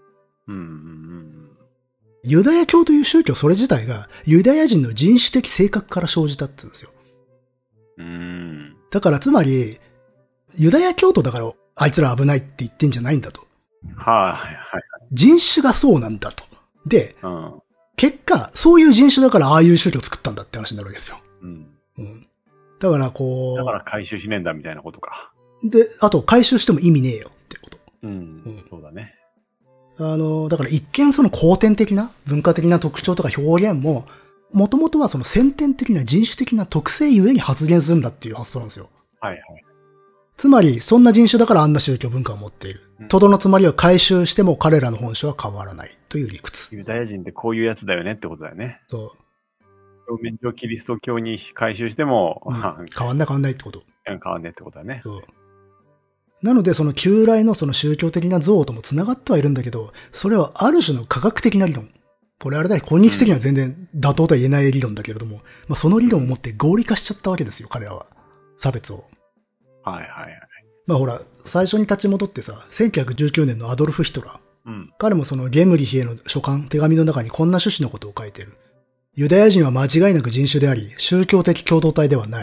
ユダヤ教という宗教それ自体がユダヤ人の人種的性格から生じたって言うんですよ。だからつまり、ユダヤ教徒だからあいつら危ないって言ってんじゃないんだと。人種がそうなんだと。で、結果、そういう人種だからああいう宗教を作ったんだって話になるわけですよ。だからだから回収しねえんだみたいなことか。 で、あと回収しても意味ねえよってこと。 そうだね。 だから一見その後天的な文化的な特徴とか表現も、もともとはその先天的な人種的な特性ゆえに発言するんだっていう発想なんですよ。つまり、そんな人種だからあんな宗教文化を持っている。とどのつまりは回収しても彼らの本性は変わらないという理屈。 ユダヤ人ってこういうやつだよねってことだよね。 そう。 表面上キリスト教に回収しても、 変わんないってこと。 変わんないってことだね。 そう。なので、その旧来のその宗教的な像とも繋がってはいるんだけど、それはある種の科学的な理論。これあれだよ、今日的には全然妥当とは言えない理論だけれども、その理論を持って合理化しちゃったわけですよ、彼らは。差別を。ほら、最初に立ち戻ってさ、1919年のアドルフ・ヒトラー。彼もそのゲムリヒへの書簡、手紙の中にこんな趣旨のことを書いてる。ユダヤ人は間違いなく人種であり、宗教的共同体ではない。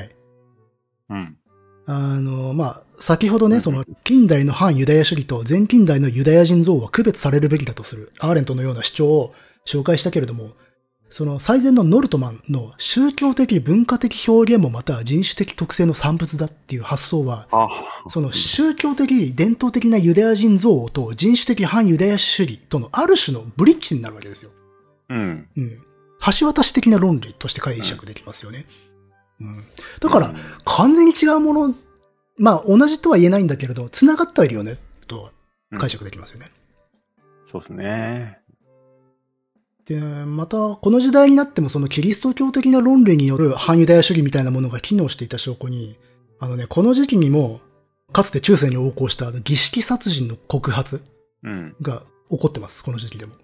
先ほどね、その近代の反ユダヤ主義と前近代のユダヤ人像は区別されるべきだとするアーレントのような主張を紹介したけれども、 その最前のノルトマンの宗教的文化的表現もまたは人種的特性の産物だっていう発想は、その宗教的伝統的なユダヤ人憎悪と人種的反ユダヤ主義とのある種のブリッジになるわけですよ。うん。橋渡し的な論理として解釈できますよね。だから、完全に違うもの、まあ同じとは言えないんだけれど、繋がってはいるよね、と解釈できますよね。 そうですね。 で、また、この時代になってもそのキリスト教的な論理による反ユダヤ主義みたいなものが機能していた証拠に、この時期にも、かつて中世に横行した儀式殺人の告発が起こってます、この時期でも。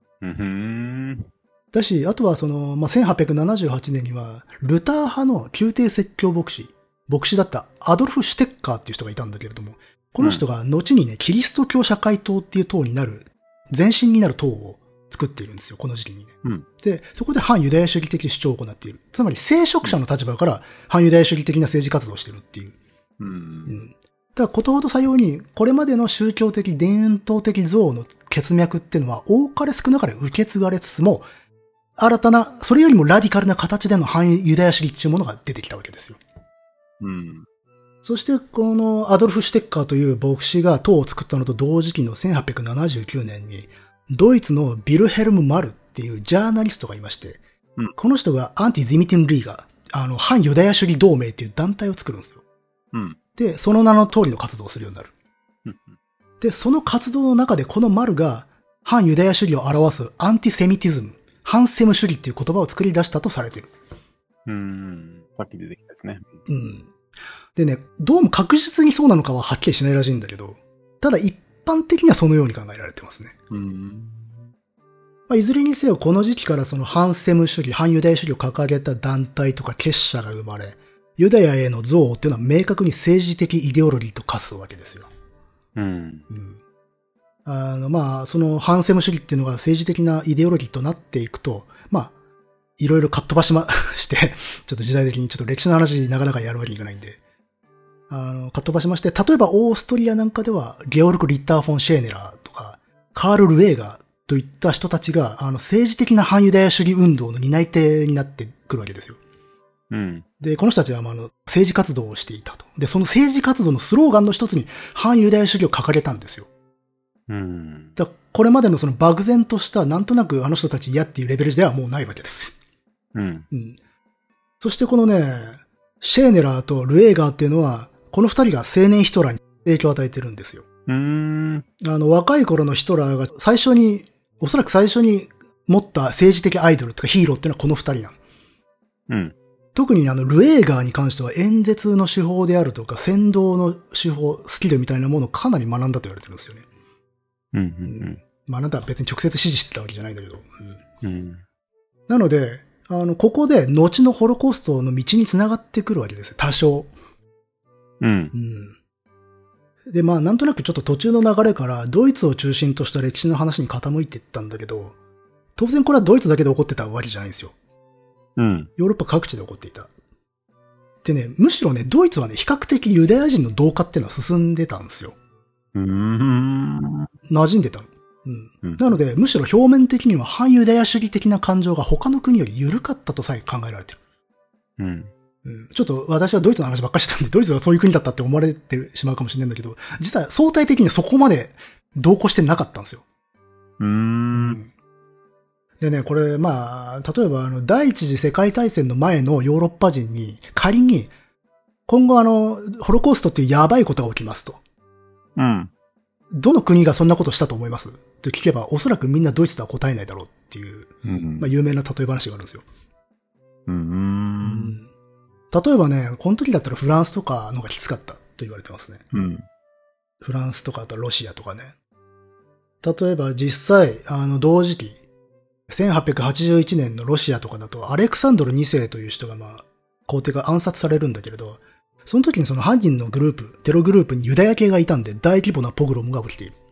だし、あとは1878年には、ルター派の宮廷説教牧師だったアドルフ・シュテッカーっていう人がいたんだけれども、この人が後にね、キリスト教社会党っていう党になる、前身になる党を作っているんですよ、この時期にね。で、そこで反ユダヤ主義的主張を行っている。つまり、聖職者の立場から反ユダヤ主義的な政治活動をしているっていう。だから、ことほどさように、これまでの宗教的、伝統的像の血脈っていうのは、多かれ少なかれ受け継がれつつも、新たな、それよりもラディカルな形での反ユダヤ主義っていうものが出てきたわけですよ。そして、このアドルフ・シュテッカーという牧師が党を作ったのと同時期の1879年に、ドイツのビルヘルム・マルっていうジャーナリストがいまして、この人がアンティ・ゼミティン・リーガー、反ユダヤ主義同盟っていう団体を作るんですよ。で、その名の通りの活動をするようになる。で、その活動の中でこのマルが反ユダヤ主義を表すアンティセミティズム、反セム主義っていう言葉を作り出したとされている。 さっき出てきたですね。 でね、どうも確実にそうなのかははっきりしないらしいんだけど、ただ一般的にはそのように考えられてますね。いずれにせよこの時期からその反セム主義、反ユダヤ主義を掲げた団体とか結社が生まれ、ユダヤへの憎悪っていうのは明確に政治的イデオロギーと化すわけですよ。その反セム主義っていうのが政治的なイデオロギーとなっていくと、いろいろかっ飛ばして、ちょっと時代的にちょっと歴史の話なかなかやるわけにいかないんで、かっ飛ばしまして、例えばオーストリアなんかでは、ゲオルク・リッター・フォン・シェーネラーとか、カール・ルエーガーといった人たちが、政治的な反ユダヤ主義運動の担い手になってくるわけですよ。で、この人たちは、政治活動をしていたと。で、その政治活動のスローガンの一つに、反ユダヤ主義を掲げたんですよ。これまでのその漠然とした、なんとなくあの人たち嫌っていうレベルではもうないわけです。そしてこのね、シェーネラーとルエーガーっていうのは、この二人が青年ヒトラーに影響を与えてるんですよ。若い頃のヒトラーがおそらく最初に持った政治的アイドルとかヒーローっていうのはこの二人なの。特にルエーガーに関しては演説の手法であるとか、先導の手法、スキルみたいなものをかなり学んだと言われてるんですよね。学んだら別に直接指示してたわけじゃないんだけど。なので、ここで後のホロコーストの道に繋がってくるわけですよ、多少。で、なんとなくちょっと途中の流れからドイツを中心とした歴史の話に傾いていったんだけど、当然これはドイツだけで起こってたわけじゃないんですよ。ヨーロッパ各地で起こっていた。でね、むしろね、ドイツはね、比較的ユダヤ人の同化っていうのは進んでたんですよ。馴染んでたの。なので、むしろ表面的には反ユダヤ主義的な感情が他の国より緩かったとさえ考えられてる。ちょっと私はドイツの話ばっかりしてたんで、ドイツはそういう国だったって思われてしまうかもしれないんだけど、実は相対的にはそこまで同行してなかったんですよ。でね、これ、例えば第一次世界大戦の前のヨーロッパ人に、仮に、今後ホロコーストっていうやばいことが起きますと。どの国がそんなことしたと思いますと聞けば、おそらくみんなドイツとは答えないだろうっていう、有名な例え話があるんですよ。例えばね、この時だったらフランスとかのがきつかったと言われてますね。フランスとかあとロシアとかね。例えば実際、同時期、1881年のロシアとかだと、アレクサンドル2世という人が皇帝が暗殺されるんだけれど、その時にその犯人のグループ、テログループにユダヤ系がいたんで大規模なポグロムが起きている。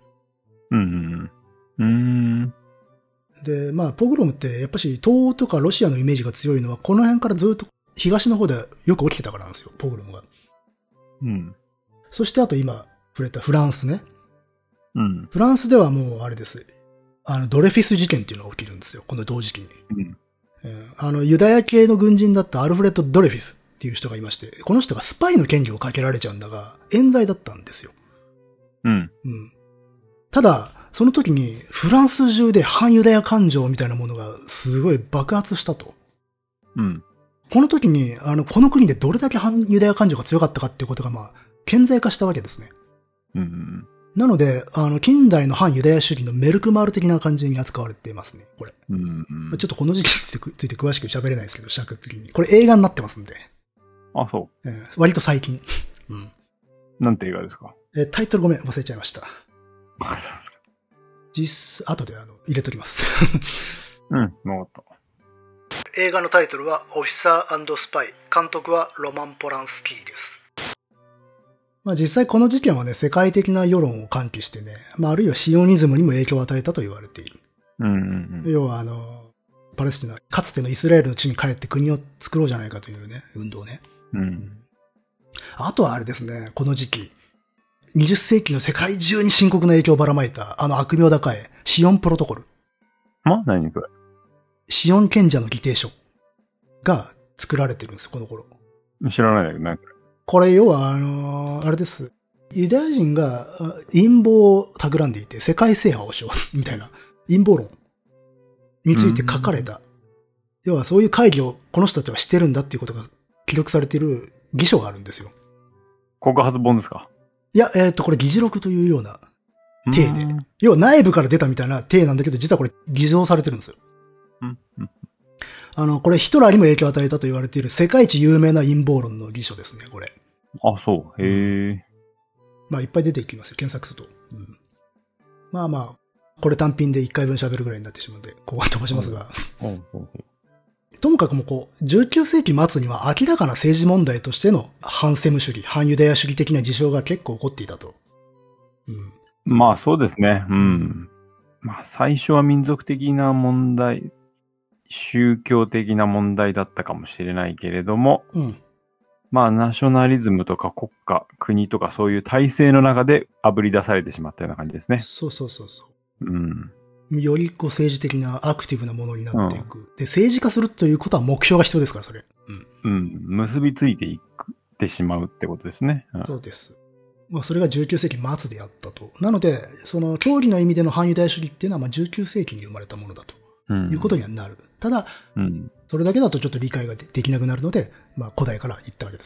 で、ポグロムってやっぱし東欧とかロシアのイメージが強いのは、この辺からずっと東の方でよく起きてたからなんですよ、ポグロムが。そしてあと今触れたフランスね。フランスではもうあれです。ドレフィス事件っていうのが起きるんですよ、この同時期に。 ユダヤ系の軍人だったアルフレッド・ドレフィスっていう人がいまして、この人がスパイの権利をかけられちゃうんだが、冤罪だったんですよ。 うん。 ただ、その時にフランス中で反ユダヤ感情みたいなものがすごい爆発したと。この時に、この国でどれだけ反ユダヤ感情が強かったかっていうことが、顕在化したわけですね。なので、近代の反ユダヤ主義のメルクマール的な感じに扱われていますね、これ。ちょっとこの時期について詳しく喋れないですけど、尺的に。これ映画になってますんで。 あ、そう。 割と最近。 なんて映画ですか？ タイトルごめん、忘れちゃいました。後で入れときます。 わかった。 映画のタイトルは、オフィサー&スパイ。監督はロマン・ポランスキーです。実際この事件はね、世界的な世論を喚起してね、あるいはシオニズムにも影響を与えたと言われている。要はパレスチナ、かつてのイスラエルの地に帰って国を作ろうじゃないかというね、運動ね。あとはあれですね、この時期、20世紀の世界中に深刻な影響をばらまいた、悪名高いシオンプロトコル。 何これ？ シオン賢者の議定書が作られてるんです、この頃。 知らないね。 これ要はあれです。ユダヤ人が陰謀を企んでいて世界制覇をしようみたいな陰謀論について書かれた。要はそういう会議をこの人たちはしてるんだっていうことが記録されている偽書があるんですよ。 告発本ですか？ いや、これ議事録というような体で。要は内部から出たみたいな体なんだけど、実はこれ偽造されてるんですよ。これヒトラーにも影響を与えたと言われている世界一有名な陰謀論の偽書ですね、これ。 あ、そう。へえ。 いっぱい出てきますよ、検索すると。これ単品で1回分喋るぐらいになってしまうんで、ここは飛ばしますが。ともかく19世紀末には明らかな政治問題としての反セム主義、反ユダヤ主義的な事象が結構起こっていたと。 そうですね。最初は民族的な問題、宗教的な問題だったかもしれないけれども、ナショナリズムとか国家、国とかそういう体制の中で炙り出されてしまったような感じですね。 そう。より政治的なアクティブなものになっていく。で、政治化するということは目標が必要ですから、それ。 結びついていってしまうってことですね。 そうです。それが19世紀末であったと。なので、その教義の意味での反ユダヤ主義っていうのは19世紀に生まれたものだということにはなる。ただ、それだけだとちょっと理解ができなくなるので、古代から言ったわけです。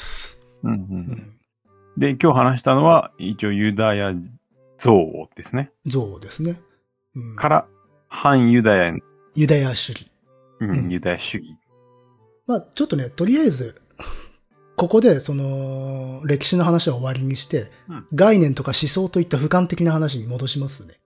で、今日話したのは、一応ユダヤ憎悪ですね。 憎悪ですね。 から、反ユダヤ。 ユダヤ主義。 ユダヤ主義。 ちょっとね、とりあえず、ここで、歴史の話は終わりにして、概念とか思想といった俯瞰的な話に戻しますね。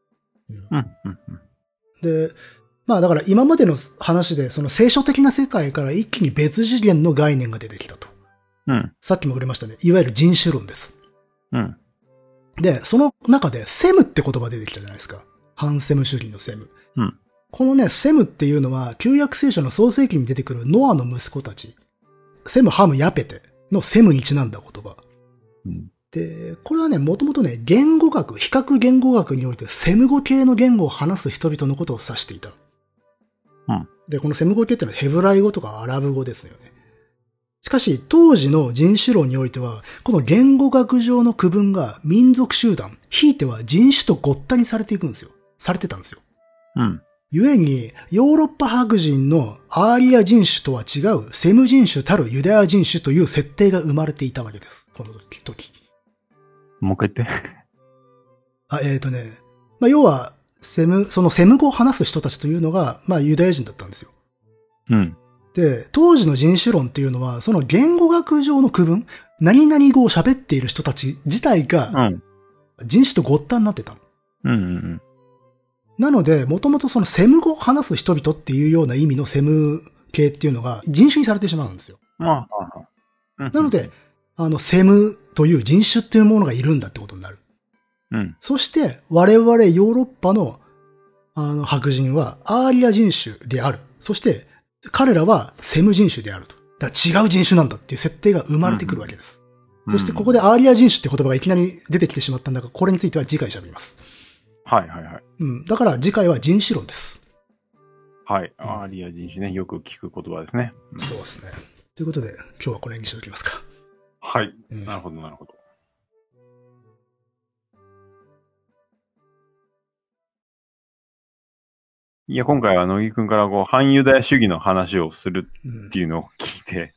で、だから今までの話で、その聖書的な世界から一気に別次元の概念が出てきたと。さっきも触れましたね。いわゆる人種論です。で、その中で、セムって言葉出てきたじゃないですか。反セム主義のセム。このね、セムっていうのは、旧約聖書の創世記に出てくるノアの息子たち。セム、ハム、ヤペテのセムにちなんだ言葉。で、これはね、もともとね、言語学、比較言語学においてセム語系の言語を話す人々のことを指していた。で、このセム語系ってのはヘブライ語とかアラブ語ですよね。しかし、当時の人種論においては、この言語学上の区分が民族集団、ひいては人種とごったにされていくんですよ。されてたんですよ。故に、ヨーロッパ白人のアーリア人種とは違うセム人種たるユダヤ人種という設定が生まれていたわけです。この時。 もう一回言って。 要は、そのセム語を話す人たちというのが、ユダヤ人だったんですよ。で、当時の人種論っていうのは、その言語学上の区分、何々語を喋っている人たち自体が、人種とごったになってたの。なので、もともとそのセム語を話す人々っていうような意味のセム系っていうのが人種にされてしまうんですよ。なので、セムという人種っていうものがいるんだってことになる。そして、我々ヨーロッパの、白人はアーリア人種である。そして、彼らはセム人種であると。だから違う人種なんだっていう設定が生まれてくるわけです。そしてここでアーリア人種って言葉がいきなり出てきてしまったんだが、これについては次回喋ります。だから次回は人種論です。 はい。アリア人種ね、よく聞く言葉ですね。 そうですね。ということで、今日はこの辺にしておきますか。 はい。なるほど、なるほど。いや、今回は乃木くんから反ユダヤ主義の話をするっていうのを聞いて、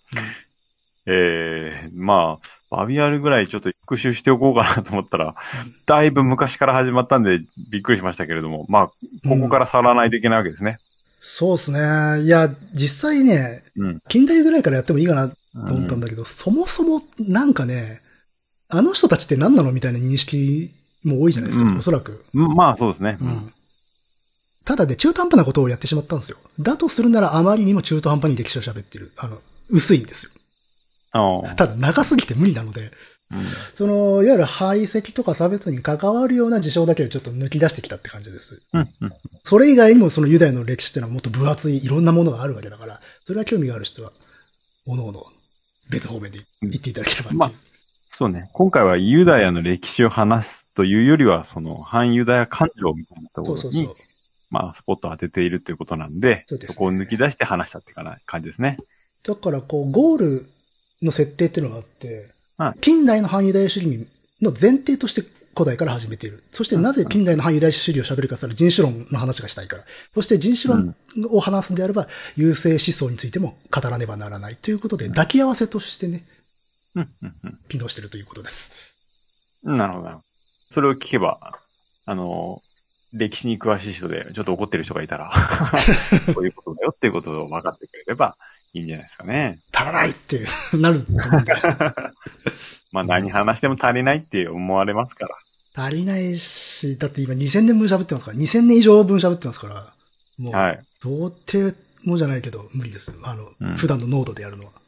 まあ、バビアルぐらいちょっと復習しておこうかなと思ったら、だいぶ昔から始まったんでびっくりしましたけれども、まあ、ここから去らないといけないわけですね。 そうですね。いや、実際ね、近代ぐらいからやってもいいかなと思ったんだけど、そもそもなんかね、あの人たちって何なのみたいな認識も多いじゃないですか、おそらく。 まあそうですね。 ただね、中途半端なことをやってしまったんですよ。だとするならあまりにも中途半端に歴史を喋ってる。薄いんですよ。ただ長すぎて無理なので、いわゆる排斥とか差別に関わるような事象だけをちょっと抜き出してきたって感じです。それ以外にもそのユダヤの歴史っていうのはもっと分厚いいろんなものがあるわけだから、それは興味がある人は、おのおの別方面で言っていただければっていう。 そうね。今回はユダヤの歴史を話すというよりは、その反ユダヤ感情みたいなところに、まあ、スポットを当てているということなんで、そこを抜き出して話したって感じですね。 だからゴールの設定っていうのがあって、近代の反ユダヤ主義の前提として古代から始めている。そしてなぜ近代の反ユダヤ主義を喋るかというと人種論の話がしたいから。そして人種論を話すんであれば、優勢思想についても語らねばならないということで、抱き合わせとしてね、機能しているということです。 なるほど。それを聞けば、歴史に詳しい人でちょっと怒ってる人がいたら、そういうことだよっていうことを分かってくれればいいんじゃないですかね。 足らないってなると思うんだ。 まあ何話しても足りないって思われますから。 足りないし、だって今2000年分喋ってますから、2000年以上分喋ってますから、もう、到底もじゃないけど無理です。普段の濃度でやるのは。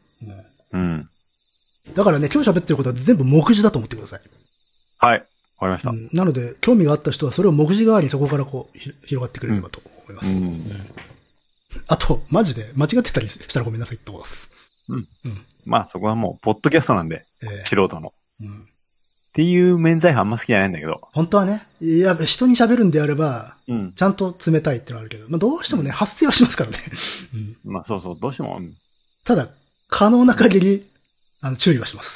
だからね、今日喋ってることは全部目次だと思ってください。 はい。わかりました。 なので、興味があった人はそれを目次代わりにそこから広がってくれればと思います。あと、マジで間違ってたりしたらごめんなさいってことです。 まあそこはもう、ポッドキャストなんで、素人の。っていう免罪符あんま好きじゃないんだけど。 本当はね、いや、人に喋るんであれば、ちゃんと冷たいってのはあるけど、まあどうしてもね、発生はしますからね。 まあそうそう、どうしても。 ただ、可能な限り、注意はします。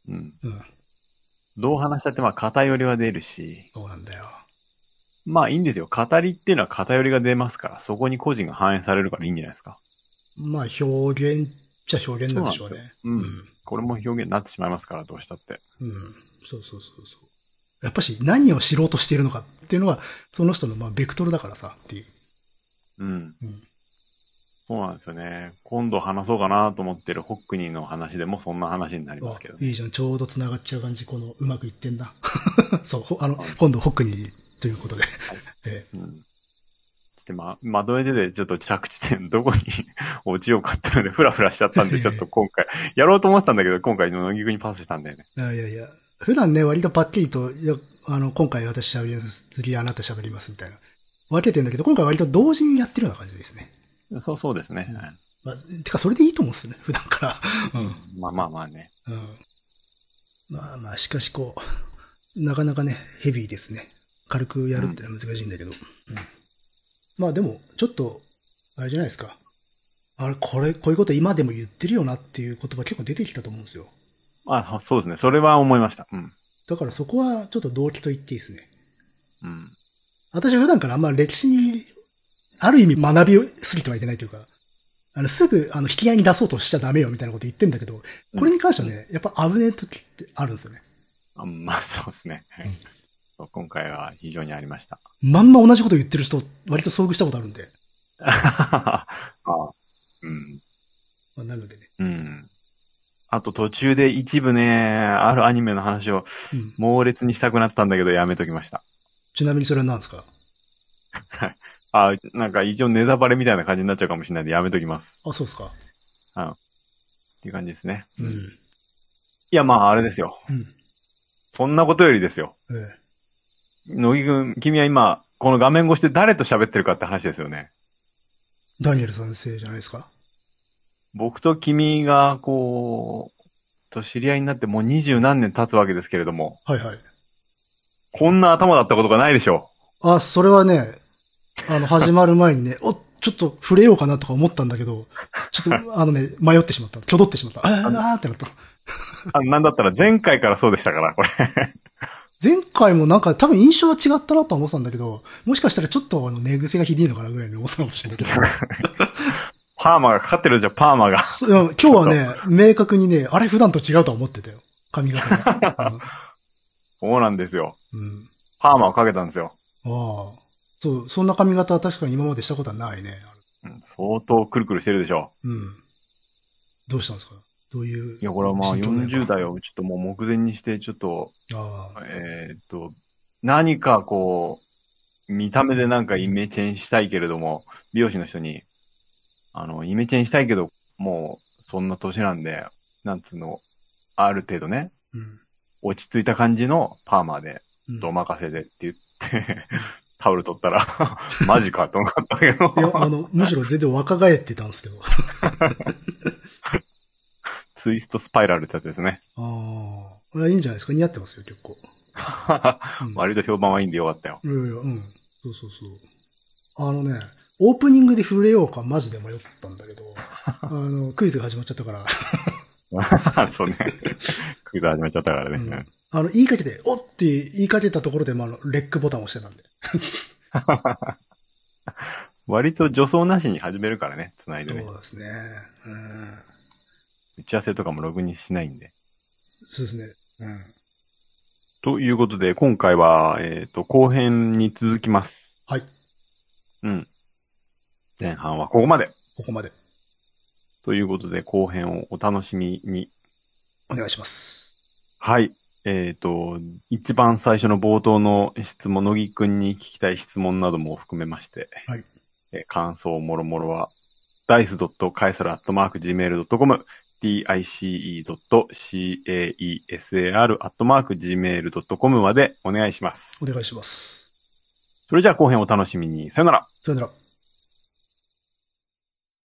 どう話したってまあ偏りは出るし。 そうなんだよ。 まあいいんですよ。語りっていうのは偏りが出ますから、そこに個人が反映されるからいいんじゃないですか。まあ表現っちゃ表現なんでしょうね。 これも表現になってしまいますから、どうしたって。 そう。やっぱし何を知ろうとしているのかっていうのは、その人のベクトルだからさ、っていう。 そうなんですよね。今度話そうかなと思ってるホックニーの話でもそんな話になりますけど、 いいじゃん。ちょうど繋がっちゃう感じ、うまくいってんな。そう、今度ホックニーということで。 まとめてちょっと着地点どこに落ちようかっていうのでフラフラしちゃったんで、ちょっと今回、やろうと思ってたんだけど、今回の乃木くんにパスしたんだよね。 いや。普段ね、割とパッキリと、今回私喋ります、次あなた喋りますみたいな。分けてるんだけど、今回割と同時にやってるような感じですね。 そうですね。 てか、それでいいと思うんですよね、普段から。 まあね。 まあ、しかしなかなかね、ヘビーですね。軽くやるってのは難しいんだけど。まあでも、ちょっと、あれじゃないですか。こういうこと今でも言ってるよなっていう言葉結構出てきたと思うんですよ。 そうですね。それは思いました。 だからそこはちょっと動機と言っていいですね。私普段からあんま歴史に、ある意味学びすぎてはいけないというか、すぐ引き合いに出そうとしちゃダメよみたいなこと言ってんだけど、これに関してはね、やっぱ危ねえ時ってあるんですよね。 まあそうですね。今回は非常にありました。 まんま同じこと言ってる人、割と遭遇したことあるんで。なのでね。 あと途中で一部ね、あるアニメの話を猛烈にしたくなったんだけどやめときました。 ちなみにそれは何ですか？ なんか一応ネタバレみたいな感じになっちゃうかもしれないんでやめときます。 そうですか。 っていう感じですね。いや、まああれですよ。そんなことよりですよ。乃木くん、君は今、この画面越しで誰と喋ってるかって話ですよね。 ダニエル先生じゃないですか。 僕と君が、知り合いになってもう20何年経つわけですけれども。 はい。 こんな頭だったことがないでしょう。それはね、 始まる前にね、ちょっと触れようかなとか思ったんだけど、ちょっと迷ってしまった。挙動ってしまった。ってなった。 なんだったら前回からそうでしたから、これ。 前回もなんか多分印象は違ったなと思ってたんだけど、もしかしたらちょっと寝癖がひどいのかなぐらいに思ったかもしれないけど。 パーマがかかってるじゃん、パーマが。 今日はね、明確にね、あれ普段と違うとは思ってたよ。髪型が。 そうなんですよ。パーマをかけたんですよ。 ああ。そう、そんな髪型は確かに今までしたことはないね。 相当くるくるしてるでしょ。 どうしたんですか？どういう。 いや、これはまあ40代をちょっともう目前にして、ちょっと、何かこう、見た目でなんかイメチェンしたいけれども、美容師の人に、イメチェンしたいけど、もう、そんな年なんで、なんつうの、ある程度ね、落ち着いた感じのパーマで、お任せでって言って、タオル取ったら、マジかと思ったけど。 いや、むしろ全然若返ってたんですけど。 ツイストスパイラルってやつですね。 ああ。これはいいんじゃないですか？似合ってますよ、結構。 割と評判はいいんでよかったよ。 そうそうそう。オープニングで触れようかマジで迷ったんだけど、クイズが始まっちゃったから。 そうね。クイズ始まっちゃったからね。 言いかけて、おって言いかけたところで、レックボタンを押してたんで。 割と助走なしに始めるからね、繋いでね。 そうですね。 打ち合わせとかもログにしないんで。 そうですね。 ということで、今回は、後編に続きます。 はい。 前半はここまで。 ここまで。 ということで、後編をお楽しみに。 お願いします。 はい。一番最初の冒頭の質問、乃木くんに聞きたい質問なども含めまして、 はい。 感想もろもろは、dice.caesar@gmail.com、dice.caesar@gmail.com までお願いします。 お願いします。 それじゃあ後編お楽しみに。さよなら。 さよなら。